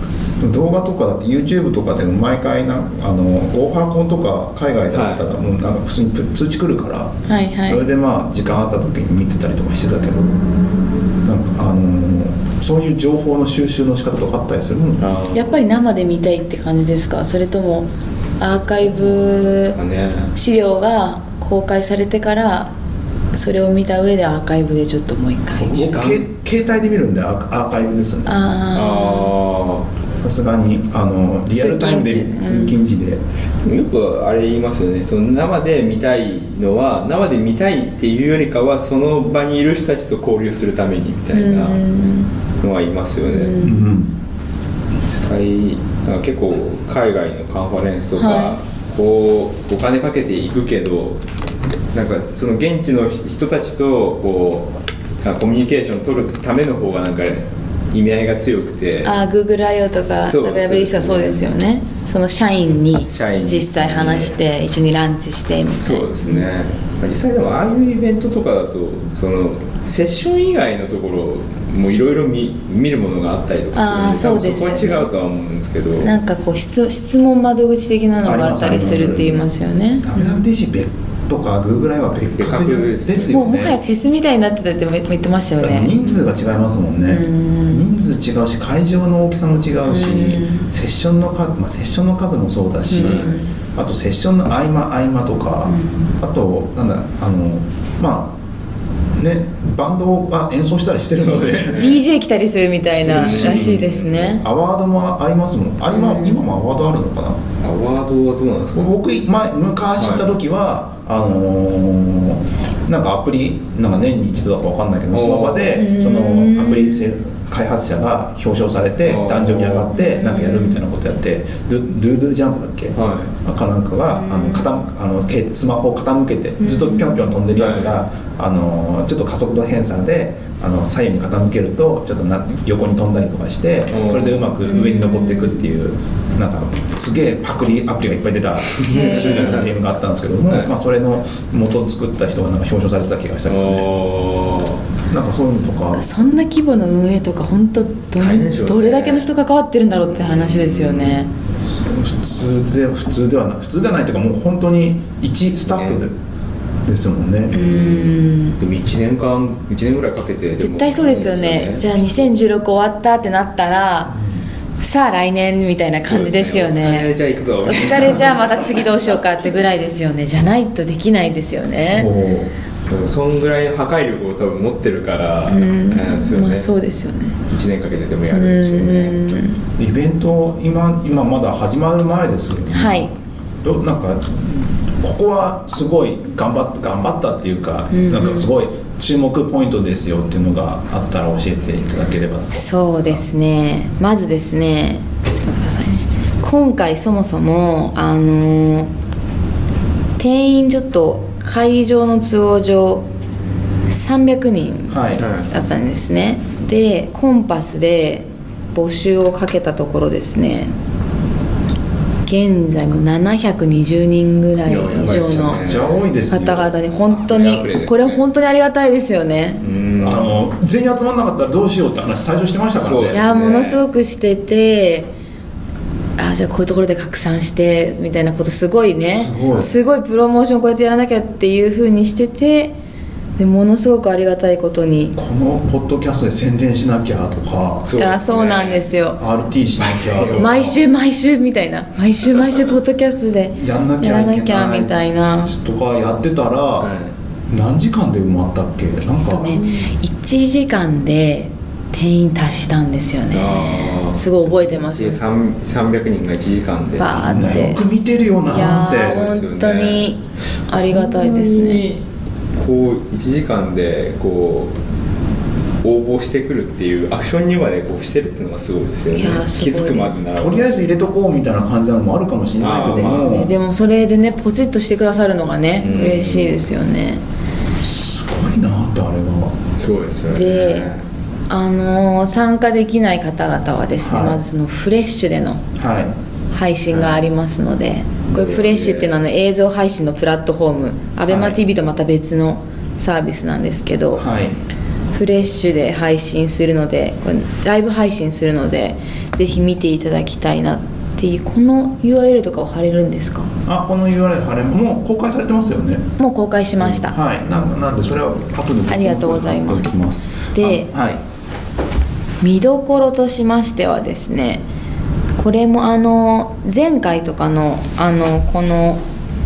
動画とかだって YouTube とかでも毎回なあのオーハーコンとか海外だったらもうなんか普通に通知来るから、 はいはい、 それでまあ時間あった時に見てたりとかしてたけど、なんかあのー、そういう情報の収集の仕方とかあったりするの？ やっぱり生で見たいって感じですか？それともアーカイブ資料が公開されてからそれを見た上でアーカイブでちょっともう一回。 僕携帯で見るんでアーカイブですね。 あさすがにあのリアルタイムで通勤時で、 うん、よくあれ言いますよね、その生で見たいのは生で見たいっていうよりかはその場にいる人たちと交流するためにみたいなのは言いますよね。うんうん、実際なんか結構海外のカンファレンスとか、はい、こうお金かけていくけどなんかその現地の人たちとこうコミュニケーションを取るための方がなんか意味合いが強くて、 ああ Google アイオー とか ダブリューダブリューシー はそうですよね。その社員に実際話して一緒にランチしてみたいな。 そうですね。実際でもああいうイベントとかだとそのセッション以外のところもいろいろ見るものがあったりとかするので、多分そこは違うとは思うんですけど、 なんかこう 質, 質問窓口的なのがあったりするって言いますよね。 ダブリューダブリューシー 別とか Google アイは別格ですよね。 もうもはやフェスみたいになってたって言ってましたよね。 人数が違いますもんね。うん人数違うし会場の大きさも違うし、うんセッションの数、まあ、セッションの数もそうだし、うん、あとセッションの合間合間とか、うん、あとなんだあのまあねバンドが演奏したりしてるので ディージェー 来たりするみたいならしいですね。 アワードもありますもん。あれも、うん、今もアワードあるのかな。 アワードはどうなんですか。 僕前昔行った時は、はいあのー、なんかアプリなんか年に一度だか分かんないけどその場でそのアプリ開発者が表彰されて壇上に上がってなんかやるみたいなことやってドゥドゥドゥジャンプだっけ、はい、かなんかがあの傾あのスマホを傾けてずっとぴょんぴょん飛んでるやつが、はい、あのちょっと加速度偏差であの左右に傾けるとちょっとな横に飛んだりとかしてそれでうまく上に登っていくっていうなんかすげえパクリアプリがいっぱい出た種類のゲームがあったんですけども、はいまあ、それの元を作った人がなんか表彰されてた気がしたけどね。なんかそういうのとかそんな規模の運営とか本当 ど,、ね、どれだけの人関わってるんだろうって話ですよね。 普通で普通ではない普通ではないというかもう本当に一スタッフで、ね、ですもんね。 うんでもいちねんかんいちねんぐらいかけて絶対そうですよね。じゃあにせんじゅうろく終わったってなったら、うん、さあ来年みたいな感じですよね。お疲れじゃあ行くぞお疲れじゃあまた次どうしようかってぐらいですよね。じゃないとできないですよね。 そうそんぐらいの破壊力を多分持ってるから、 うんですよね。まあ、そうですよね。 いちねんかけてでもやるんでしょうね。 うんイベント 今, 今まだ始まる前ですけど、ね、 はいどなんかここはすごい頑張っ頑張ったっていうか、うんうん、なんかすごい注目ポイントですよっていうのがあったら教えていただければ。 そうですね。まずですねちょっと待ってくださいね。今回そもそもあの定員ちょっと会場の都合上さんびゃくにんだったんですね、はい、でコンパスで募集をかけたところですね現在もななひゃくにじゅうにんぐらい以上の方々に本当にこれ本当にありがたいですよね。 うんあの全員集まらなかったらどうしようって話最初してましたからね。 いやものすごくしててあじゃあこういうところで拡散してみたいなことすごいねすごい、すごいプロモーションこうやってやらなきゃっていう風にしててでものすごくありがたいことにこのポッドキャストで宣伝しなきゃとかそう、ね、いやそうなんですよアールティー しなきゃとか毎週毎週みたいな毎週毎週ポッドキャストでやんなきゃいけないみたいなとかやってたら、はい、何時間で埋まったっけなんか、 ね、いちじかんで定員達したんですよね。すごい覚えてますよ。 さんびゃくにんがいちじかんでバーってよく見てるよなって。いや本当にありがたいですね。 こういちじかんでこう応募してくるっていうアクションにまでこうしてるっていうのがすごいですよね。いやすごいです。気づくまでならとりあえず入れとこうみたいな感じなのもあるかもしれないけどですね。でもそれでねポチッとしてくださるのがね嬉しいですよね。 すごいなってあれがそうですよね。 であのー、参加できない方々はですね、はい、まずそのフレッシュでの配信がありますので、はい、これフレッシュっていうのはあの映像配信のプラットフォーム、はい、アベマ ティーブイ とまた別のサービスなんですけど、はい、 フレッシュで配信するので、これライブ配信するのでぜひ見ていただきたいなっていう。この ユーアールエル とかを貼れるんですか？ あ、この ユーアールエル 貼れもう公開されてますよね。 もう公開しました、うん、 はい。な, なんでそれは後でありがとうございます。 ますで、 はい、 見どころとしましてはですね、これもあの前回とかのあのこの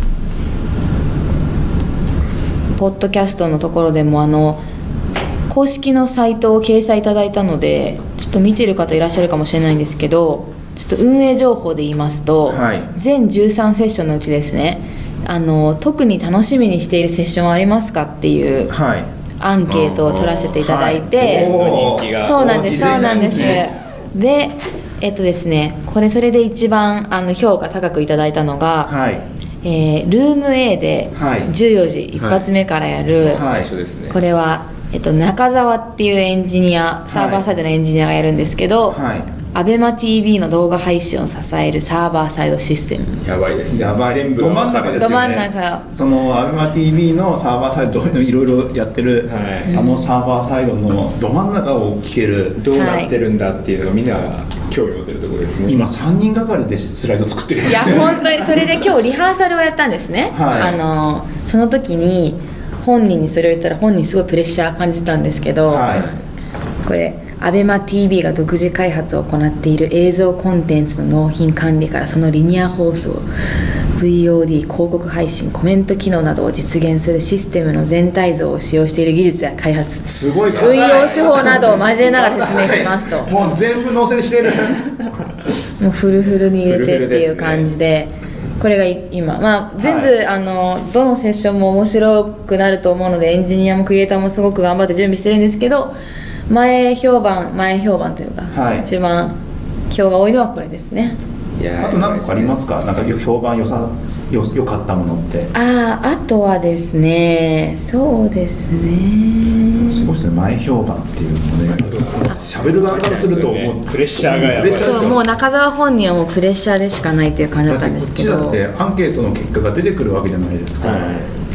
ポッドキャストのところでもあの公式のサイトを掲載いただいたので、ちょっと見てる方いらっしゃるかもしれないんですけど、ちょっと運営情報で言いますと、はい、全じゅうさんセッションのうちですね、あの特に楽しみにしているセッションはありますかっていうアンケートを取らせていただいて、はい、そうなんですそうなんです。で、えっとですね、これそれで一番あの評価高くいただいたのが、はい、えー、ルーム エー でじゅうよじ、はい、一発目からやる、はいはい、これは、えっと、中澤っていうエンジニア、サーバーサイドのエンジニアがやるんですけど、はい、アベマ ティービー の動画配信を支えるサーバーサイドシステム。 やばいですね。 やばい。全部ど真ん中ですよね。ど真ん中。そのアベマ ティービー のサーバーサイドいろいろやってる、はい、あのサーバーサイドのど真ん中を聞ける、 どうなってるんだっていうのがみんな興味持ってるところですね。 今さんにんがかりでスライド作ってる。 いや本当にそれで今日リハーサルをやったんですね、はい、あのその時に本人にそれを言ったら本人すごいプレッシャー感じたんですけど、はい、これアベマ ティービー が独自開発を行っている映像コンテンツの納品管理からそのリニア放送、 ブイオーディー 広告配信、コメント機能などを実現するシステムの全体像を使用している技術や開発、 すごい運用手法などを交えながら説明しますともう全部載せしてるもうフルフルに入れてっていう感じで、これが今、まあ、全部、はい、あのどのセッションも面白くなると思うのでエンジニアもクリエイターもすごく頑張って準備してるんですけど、前評判前評判というか、はい、一番票が多いのはこれですね。 いやあと何かありますか？なんか評判よさよ良かったものって。 ああ、あとはですね、そうですね、 すごいですね、前評判っていうのね、喋る側からするともうプレッシャーがやばい。 そうもう中澤本人はもうプレッシャーでしかないっていう感じだったんですけど、 だってこっちだってアンケートの結果が出てくるわけじゃないですか、はい、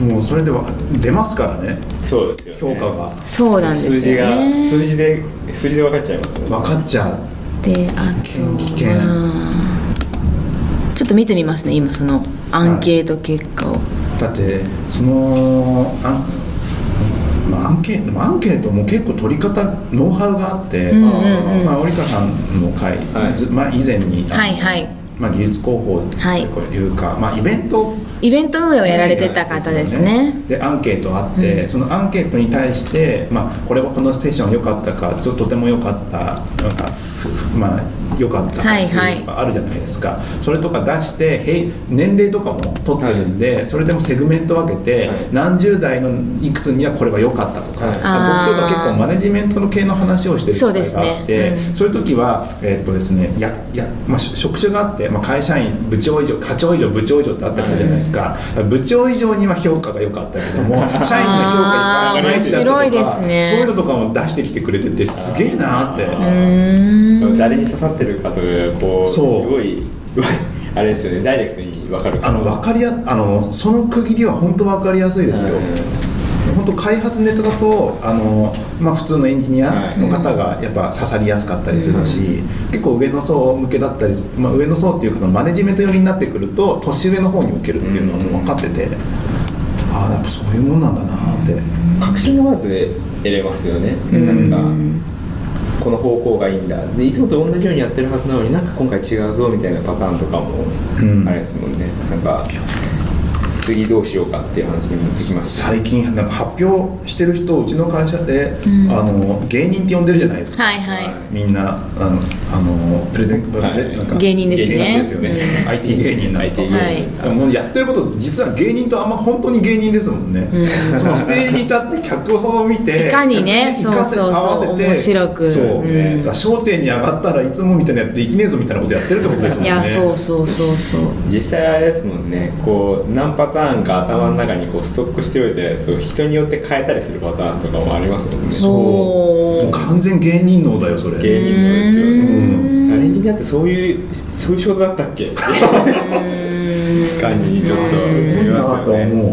もうそれでは出ますからね。 そうですよね、 評価がそうなんですよね。 数字が数字で数字で分かっちゃいますよね。 分かっちゃう。 で、あとはちょっと見てみますね、今そのアンケート結果を、はい、だってそのアン、まあ、アンケートアンケートも結構取り方ノウハウがあって、うんうんうん、まあ、織川さんの回、はい、まあ、以前に、はいはい、まあ、技術広報というか、はい、まあ、イベントイベント運営をやられてた方ですね。 でアンケートあって、うん、そのアンケートに対して、まあ、これはこのステーション良かったか、とても良かった、なんかまあ良かった普通とかあるじゃないですか、はいはい、それとか出して年齢とかも取ってるんで、はい、それでもセグメント分けて、はい、何十代のいくつにはこれは良かったとか、はい、僕とか結構マネジメントの系の話をしてる機会があって、 そうですね、うん、そういう時は、えーっとですね、やや、まあ、職種があって、まあ、会社員部長以上課長以上部長以上ってあったりするじゃないですか、はい、部長以上には評価が良かったけども社員の評価がいまいちだったとか、面白いですね、そういうのとかも出してきてくれててすげえなって。うーん、誰に刺さってるかというこうすごいあれですよね、ダイレクトに分かる。 あの分かりやあのその区切りは本当分かりやすいですよ。本当開発ネタだとあの、まあ、普通のエンジニアの方がやっぱ刺さりやすかったりするし、うん、結構上の層向けだったり、まあ、上の層っていうかそのマネジメント寄りになってくると年上の方に受けるっていうのはもう分かってて、うん、ああやっぱそういうもんなんだなって、 確信がまず得れますよね、うん、なんかこの方向がいいんだで、いつもと同じようにやってるはずなのになんか今回違うぞみたいなパターンとかもあれですもんね、うん、なんか次どうしようかっていう話にもできます。 最近なんか発表してる人うちの会社で、うん、あの芸人って呼んでるじゃないですか、 はいはい、 みんなあのあのプレゼン、はい、なんか芸人ですね、 芸人ですよね、うん、アイティー 芸人なんか、はい、もうやってること実は芸人とあんま本当に芸人ですもんね、うん、そのステージに立って脚本を見ていかにね、そうそうそう面白く、 そう、うん、笑点に上がったらいつもみたいなやっていきねえぞみたいなことやってるってことですもんね。 いやそうそうそうそう、 実際あれですもんね、こう何パターンか頭の中にこうストックしておいて、そう人によって変えたりするパターンとかもありますもんね。 そうもう完全芸人脳だよそれ。 芸人脳ですよね。うん、エンジニアってそういうそういう仕事だったっけ感じにちょっと思いますよね。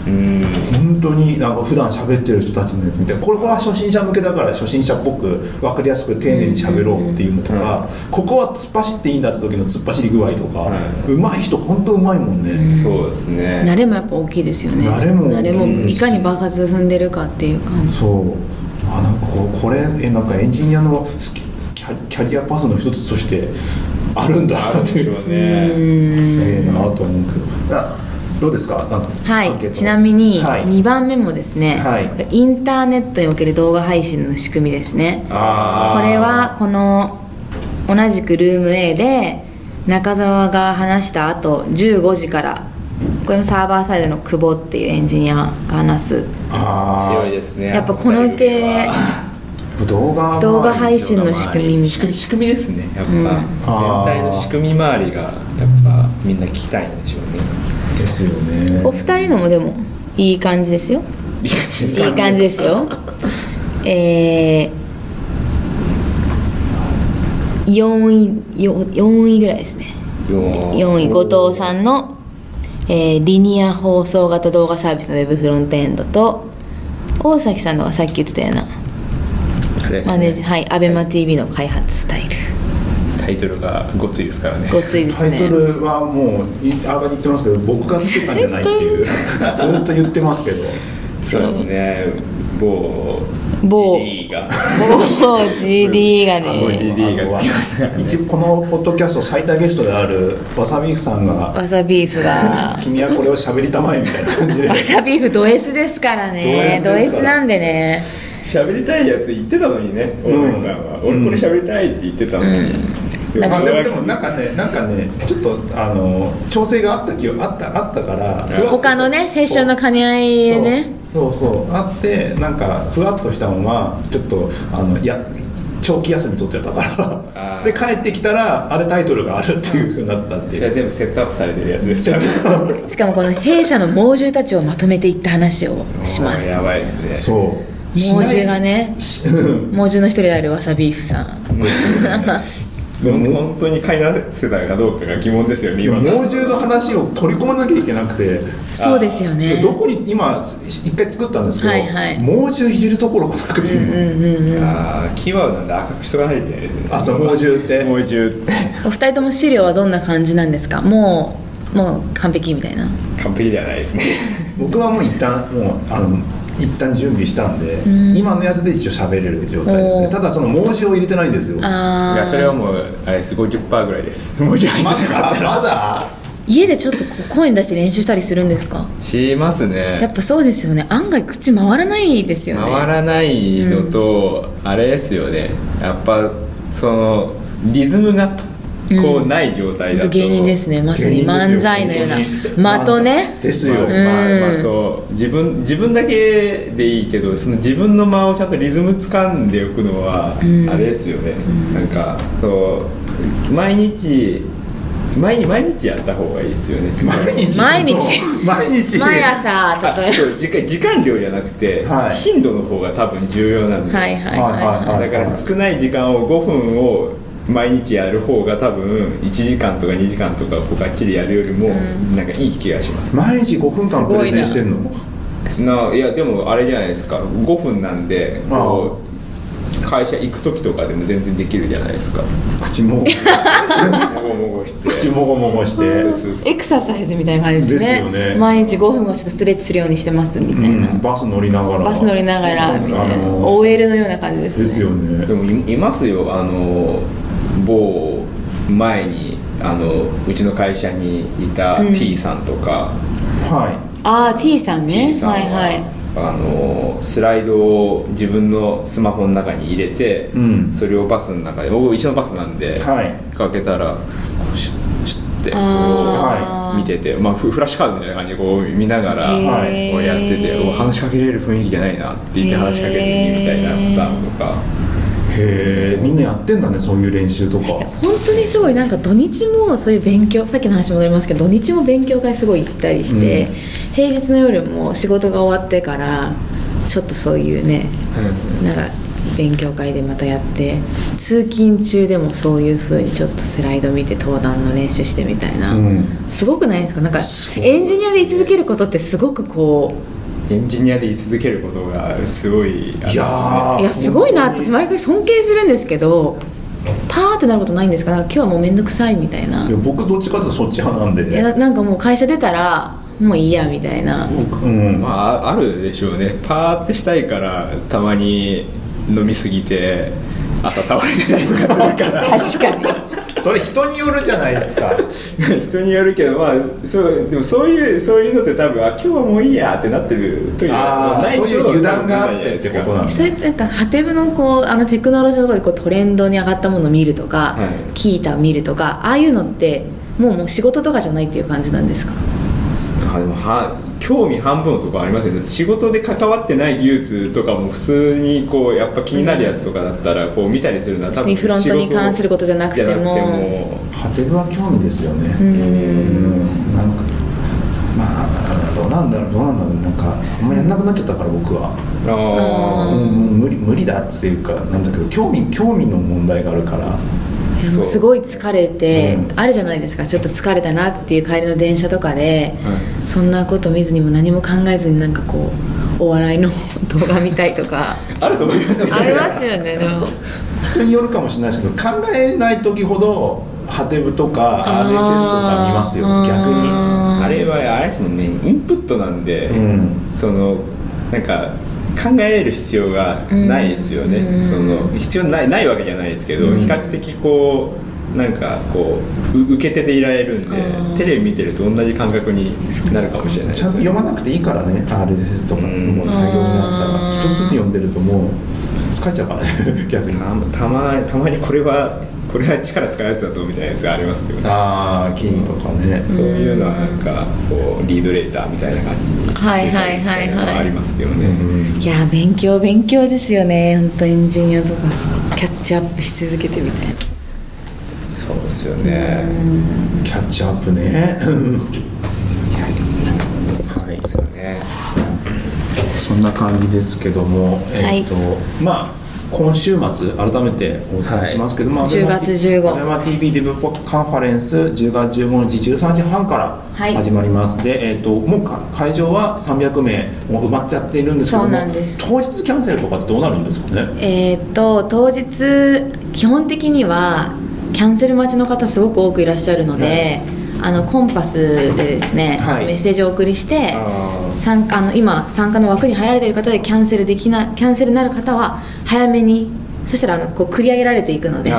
うん本当になんか普段喋ってる人たちのやつ見て、これは初心者向けだから初心者っぽく分かりやすく丁寧に喋ろうっていうのとか、ここは突っ走っていいんだって時の突っ走り具合とか、 はうまい人本当うまいもんね、 そうですね。 慣れもやっぱ大きいですよね。 慣れも大きいし慣れもいかに爆発踏んでるかっていう感じ。 そうあなんかこうこれえなんかエンジニアのスキキャキャリアパスの一つとしてあるんだあるんでしょうね。 すげえなと思うけど、あどうですか？なんかはいアンケートちなみにはいにばんめもですね、 はいインターネットにおける動画配信の仕組みですね。 あーこれはこの同じくルーム A で中澤が話した後じゅうごじから、これもサーバーサイドの久保っていうエンジニアが話す、 あ強いですね。 やっぱこの系ー動画動画配信の仕組みみたいな。 仕組み仕組みですね。やっぱ、 うんあー全体の仕組み周りがやっぱみんな聞きたいんでしょうね。 ですよね。 お二人のもでもいい感じですよ。 いい感じですかいい感じですよ。えー、よんいよんいぐらいですね。よんい後藤さんの、えーリニア放送型動画サービスのウェブフロントエンドと、大崎さんのはさっき言ってたようなあれですマネージ、 ね。 はい、アベマ ティービー の開発スタイル、 タイトルがごついですからね。 ごっついですタイトね。 ルはもういあらかに言ってますけど、僕がつけたんじゃないっていうずっと言ってますけど、 そうですね。某某ジーディー が某 ジーディー が某 ジね、 ーディー がつきましたからね。 一応このポッドキャスト最多ゲストであるわさビーフさんがわさビーフが君はこれを喋りたまえみたいな感じでわさビーフド S ですからね。ドド S ですから S なんでね。 喋りたいやつ言ってたのにね、大崎さんは、俺これ喋りたいって言ってたのに、 うんまあ、でもでもななんかねなんかねちょっとあの調整があった気はあったあったからふわっと他のねセッションの兼ね合いでね。 そうそうそうあってなんかふわっとしたのはちょっとあのいや長期休み取ってたからあーで帰ってきたらあれタイトルがあるっていうふうになったっていうそれは全部セットアップされてるやつですよね。 しかもこの弊社の猛獣たちをまとめていった話をします。 やばいですね。 そう猛獣がねしうん猛獣の一人であるわさビーフさん。 でも本当に飼いなせたかどうかが疑問ですよね。 でも今の猛獣の話を取り込まなきゃいけなくてそうですよね。 どこに今一回作ったんですけど、 はいはい猛獣入れるところがなくて、 あーキーワードなんで赤くしとかないといけないですね。 あそう猛獣って猛獣ってお二人とも資料はどんな感じなんですか？もうもう完璧みたいな。 完璧ではないですね。 僕はもう一旦もうあの一旦準備したんで、 ん今のやつで一応喋れる状態ですね。 おーただその猛獣を入れてないんですよ。まあいやそれはあ。 もうあれです ごじゅっパーセント ぐらいです。猛獣入ってなかっただまだ家でちょっとこう声に出して練習したりするんですか？ しますやねっ。ぱそうですよね。案外口回らないですよね。 回らないのと、あれですよね。やっぱそのリズムがこうない状態だと、 芸人ですね。まさに芸人ですよ漫才のような的ね。 ですよ。 まあまあまあと自分自分だけでいいけどその自分の間をちゃんとリズム掴んでおくのはあれですよね、なんかそう毎日毎日毎日やった方がいいですよね。 毎日毎日毎日毎朝あ例えそう時間時間量じゃなくて、 はい頻度の方が多分重要なんで、 ばはいはいはいはいはいはだから少ない時間をごふんを毎日やる方が多分いちじかんとかにじかんとかこうがっちりやるよりもなんかいい気がします、 毎日ごふんかんプレゼンしてんの？ ないやでもあれじゃないですかごふんなんでこう会社行く時とかでも全然できるじゃないですか。 口もごももごもごして口もごもごしてそうそうそうい。エクササイズみたいな感じですね。 ですよね毎日ごふんはちょっとストレッチするようにしてますみたいな。 うんバス乗りながらバス乗りながらみたいな。 あのオーエル のような感じですね。 ですよねでもいいますよあの某前にあのうちの会社にいた P さんとか、 はああ T さんね。 P さんは、 はいはい。 あのスライドを自分のスマホの中に入れて、 うんそれをバスの中で僕一緒のバスなんで、 はいかけたらシュッシュッてこうあー見てて、まあ、フフラッシュカードみたいな感じでこう見ながらへーはいこうやっててお話しかけれる雰囲気じゃないなって言って話しかけてみみたいなパターンとか。 いへえみんなやってんだねそういう練習とか本当にすごいなんか土日もそういう勉強さっきの話戻りますけど土日も勉強会すごい行ったりして、 うん平日の夜も仕事が終わってからちょっとそういうねなんか勉強会でまたやって、通勤中でもそういう風にちょっとスライド見て登壇の練習してみたいな、うん、すごくないですか？なんかエンジニアで居続けることってすごくこうエンジニアで居続けることがすごい、 いやいやすごいなって毎回尊敬するんですけど、パーってなることないんですか？なんか今日はもうめんどくさいみたいな。 いや僕どっちかというとそっち派なんで、 いやなんかもう会社出たらもういいやみたいな、 うん、まああるでしょうね。パーってしたいからたまに飲みすぎて朝倒れてたりとかするから確かにそれ人によるじゃないですか人によるけど、まあそうでもそういうそういうのって多分あ今日はもういいやってなってる時はないと、 そういう油断があってってことなんですね。それってなんかハテブのこうあのテクノロジーのところでこうトレンドに上がったものを見るとか、はい、聞いたを見るとか、ああいうのってもうもう仕事とかじゃないっていう感じなんですか？ あでもは興味半分のところありますよね。仕事で関わってない技術とかも普通にこうやっぱ気になるやつとかだったらこう見たりするのは多分フロントに関することじゃなくてもハテブは興味ですよね。うん、なんかまあどうなんだろうどうなんだろうなんかあんまやんなくなっちゃったから僕はあ、うん、無理無理だっていうかなんだけど興味興味の問題があるから。 もうすごい疲れて、うん、あるじゃないですか、ちょっと疲れたなっていう帰りの電車とかで、うん、そんなこと見ずにも何も考えずになんかこうお笑いの動画見たいとかあると思いますよね。 ありますよね。でも人によるかもしれないですけど考えない時ほどハテブとか アールエスエス とか見ますよ逆に。 あれはあれですもんね、インプットなんで、うん、そのなんか考える必要がないですよね、うん、その必要ない、ないわけじゃないですけど、うん、比較的こうなんかこう受けてていられるんでテレビ見てると同じ感覚になるかもしれないです、ね、 ちゃんと読まなくていいからね アールエスエス とかもう大量にあったら一つずつ読んでるともう疲れちゃうからね逆にた, た, またまにこれはこれは力使うやつだぞみたいなやつがありますけどね。ああキーとかね、 そういうのはなんかこうリードレーターみたいな感じにしてたりみたいなのはありますけどね。 いや勉強勉強ですよね本当エンジニアとかキャッチアップし続けてみたいな。 そうですよね。 キャッチアップねはいですよね。 そんな感じですけども、えーとはい、まあ今週末改めてお伝えしますけど、はい、まあ、 じゅうがつじゅうご アベマティーブイ デブカンファレンスじゅうがつじゅうごにちじゅうさんじはんから始まります、はい、で、えー、ともう会場はさんびゃくめいもう埋まっちゃっているんですけども、そうなんです。当日キャンセルとかってどうなるんですかね？ えー、と当日基本的にはキャンセル待ちの方すごく多くいらっしゃるので、はい、あのコンパスでですね、はい、メッセージをお送りして参加あの今参加の枠に入られている方でキャンセルできなキャンセルになる方は早めに、そしたらあのこう繰り上げられていくので、はい、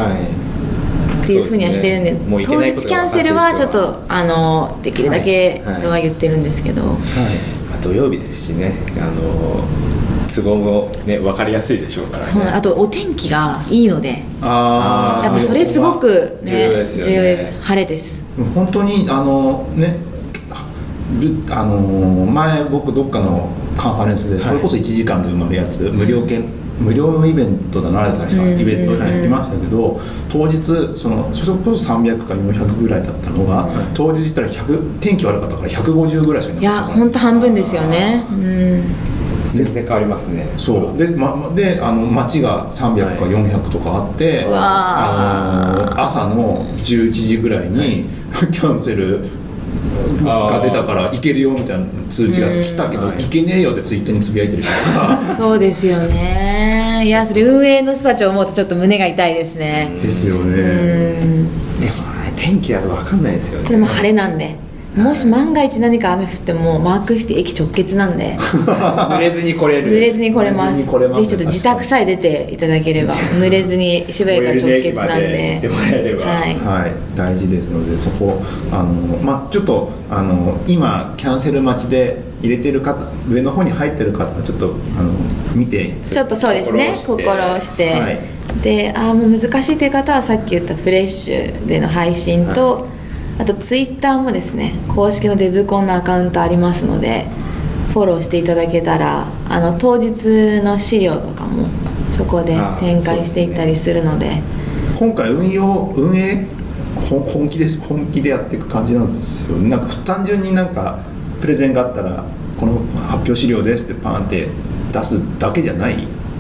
っていうふうにはしているんで、ね、当日キャンセルはちょっとあのできるだけとは言ってるんですけど、はいはいまあ、土曜日ですしね、あの都合も、ね、分かりやすいでしょうからね。 そうあとお天気がいいので、あやっぱそれすごく、ね、重要ですよね。重要です。晴れです。 本当にあのねあの前僕どっかのカンファレンスでそれこそいちじかんで埋まるやつ、はい、無料券無料イベントだなあれ確かイベントやってましたけど、当日そのそれこそさんびゃくかよんひゃくぐらいだったのが、うん、当日行ったらひゃく天気悪かったからひゃくごじゅうぐらいしかいなかったから、 いや本当半分ですよね。うん全然変わりますね。 そうで、ま、であの街がさんびゃくかよんひゃくとかあって、はい、あの朝のじゅういちじぐらいにキャンセルが出たから行けるよみたいな通知が来たけど、行けねえよってツイッターにつぶやいてる人がそうですよね。いやそれ運営の人たちを思うとちょっと胸が痛いですね。 ですよね。 うんでも天気だと分かんないですよね。 でも晴れなんで、もし万が一何か雨降ってもマークして駅直結なんで濡れずに来れる。 濡れずに来れます。ぜひちょっと自宅さえ出ていただければ濡れずに渋谷から直結なんで行ってもらえれば、 はい、 はい、大事ですのでそこあの、まあ、ちょっとあの今キャンセル待ちで入れてる方上の方に入ってる方はちょっとあの見てちょっとそうですね心をして、はい、であもう難しいという方はさっき言ったフレッシュでの配信と、はい、あとツイッターもですね公式のデブコンのアカウントありますのでフォローしていただけたらあの当日の資料とかもそこで展開していったりするの で, で、ね、 今回運用運営本気です本気でやっていく感じなんですよ。なんか単純になんかプレゼンがあったらこの発表資料ですってパーンって出すだけじゃない。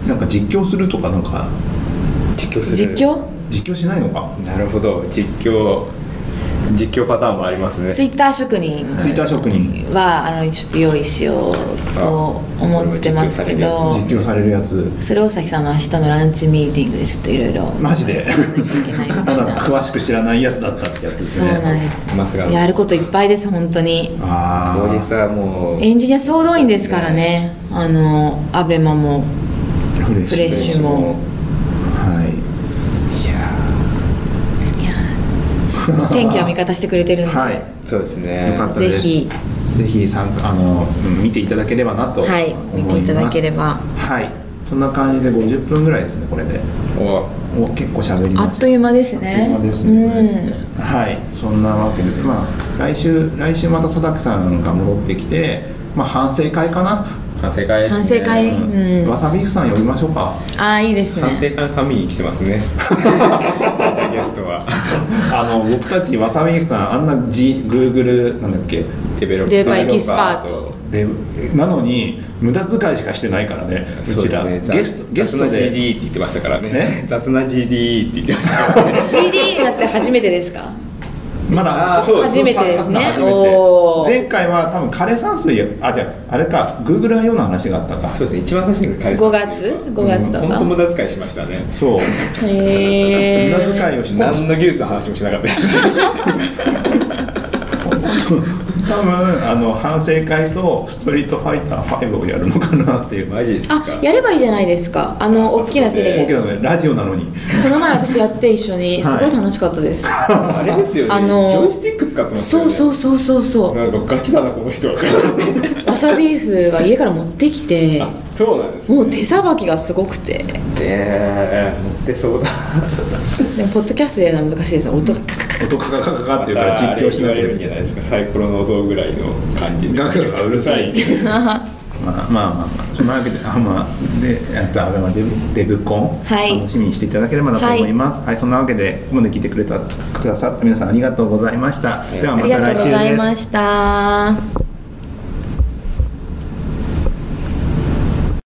なんか実況するとかなんか実況する実況実況しないのか。 なるほど、実況実況パターンもありますね。 ツイッター職人ツイッター職人はあのちょっと用意しようと思ってますけど、 実況されるやつ、 それ大崎さんの明日のランチミーティングでちょっといろいろマジでままだ詳しく知らないやつだったってやつですそうね。 なんですまさかやることいっぱいです本当に。 あ当日はもうエンジニア総動員ですからね。あのアベマもあフレッシュフレッシュもはいいやいや天気は味方してくれてるんで、 はいそうですね。 よかったです。 ぜひぜひ参加あの、うん、見ていただければなと思います。 はい見ていただければ。 はい、そんな感じでごじゅっぷんぐらいですねこれで。 おお結構喋りました。 あっという間ですね。 あっという間ですね。はい、そんなわけで、まあ来週来週また佐竹さんが戻ってきて、まあ反省会かな。 反省会ですね。 反省会うんうんわさびふさん呼びましょうか。 ああいいです反省ね。 会のために来てますね。最大ゲストはあの僕たちわさびふさんあんな G Google なんだっけデベロッデベロッパーエキスパートでなのに無駄遣いしかしてないからね。うちら、 そうですね。 ゲストゲスト雑な ジーディーでって言ってましたからねね。 雑な ジーディー って言ってましたからね。 ジーディー になって初めてですか。 まだあーそう初めてですね初めておー前回は多分枯山水あじゃああれか Google のような話があったか。 そうですね。一番最初に彼ごがつごがつとか。 本当無駄遣いしましたね。 そうへ無駄え。 遣いをしない。 何の技術の話もしなかったですね。 多分あの反省会とストリートファイターファイブをやるのかなっていう。 マジですか。 あやればいいじゃないですか。あの大きなテレビ。 大きなのねラジオなのに。 この前私やって一緒にすごい楽しかったです。 あれですよね。 あのジョイスティック使ってますよね。 そうそうそうそうそう。 なんかガチだなこの人は。 わさビーフが家から持ってきて、 そうなんですね。 もう手さばきがすごくて。 えー、持ってそうだ。 でもポッドキャストでやるのは難しいですね。音がカカカカ。 音カカカカカっていうからまた実況しなきゃ言われるんじゃないですか。サイコロの音ぐらいの感じで。 ガクガクうるさい。まあまあまあまあそんなわけであまあであとあれはデブデブコン、 はい楽しみにしていただければなと思います。はい、そんなわけでここまで聞いてくれたくださった皆さんありがとうございました。ではあまりがとうごた来週です。 ざいました。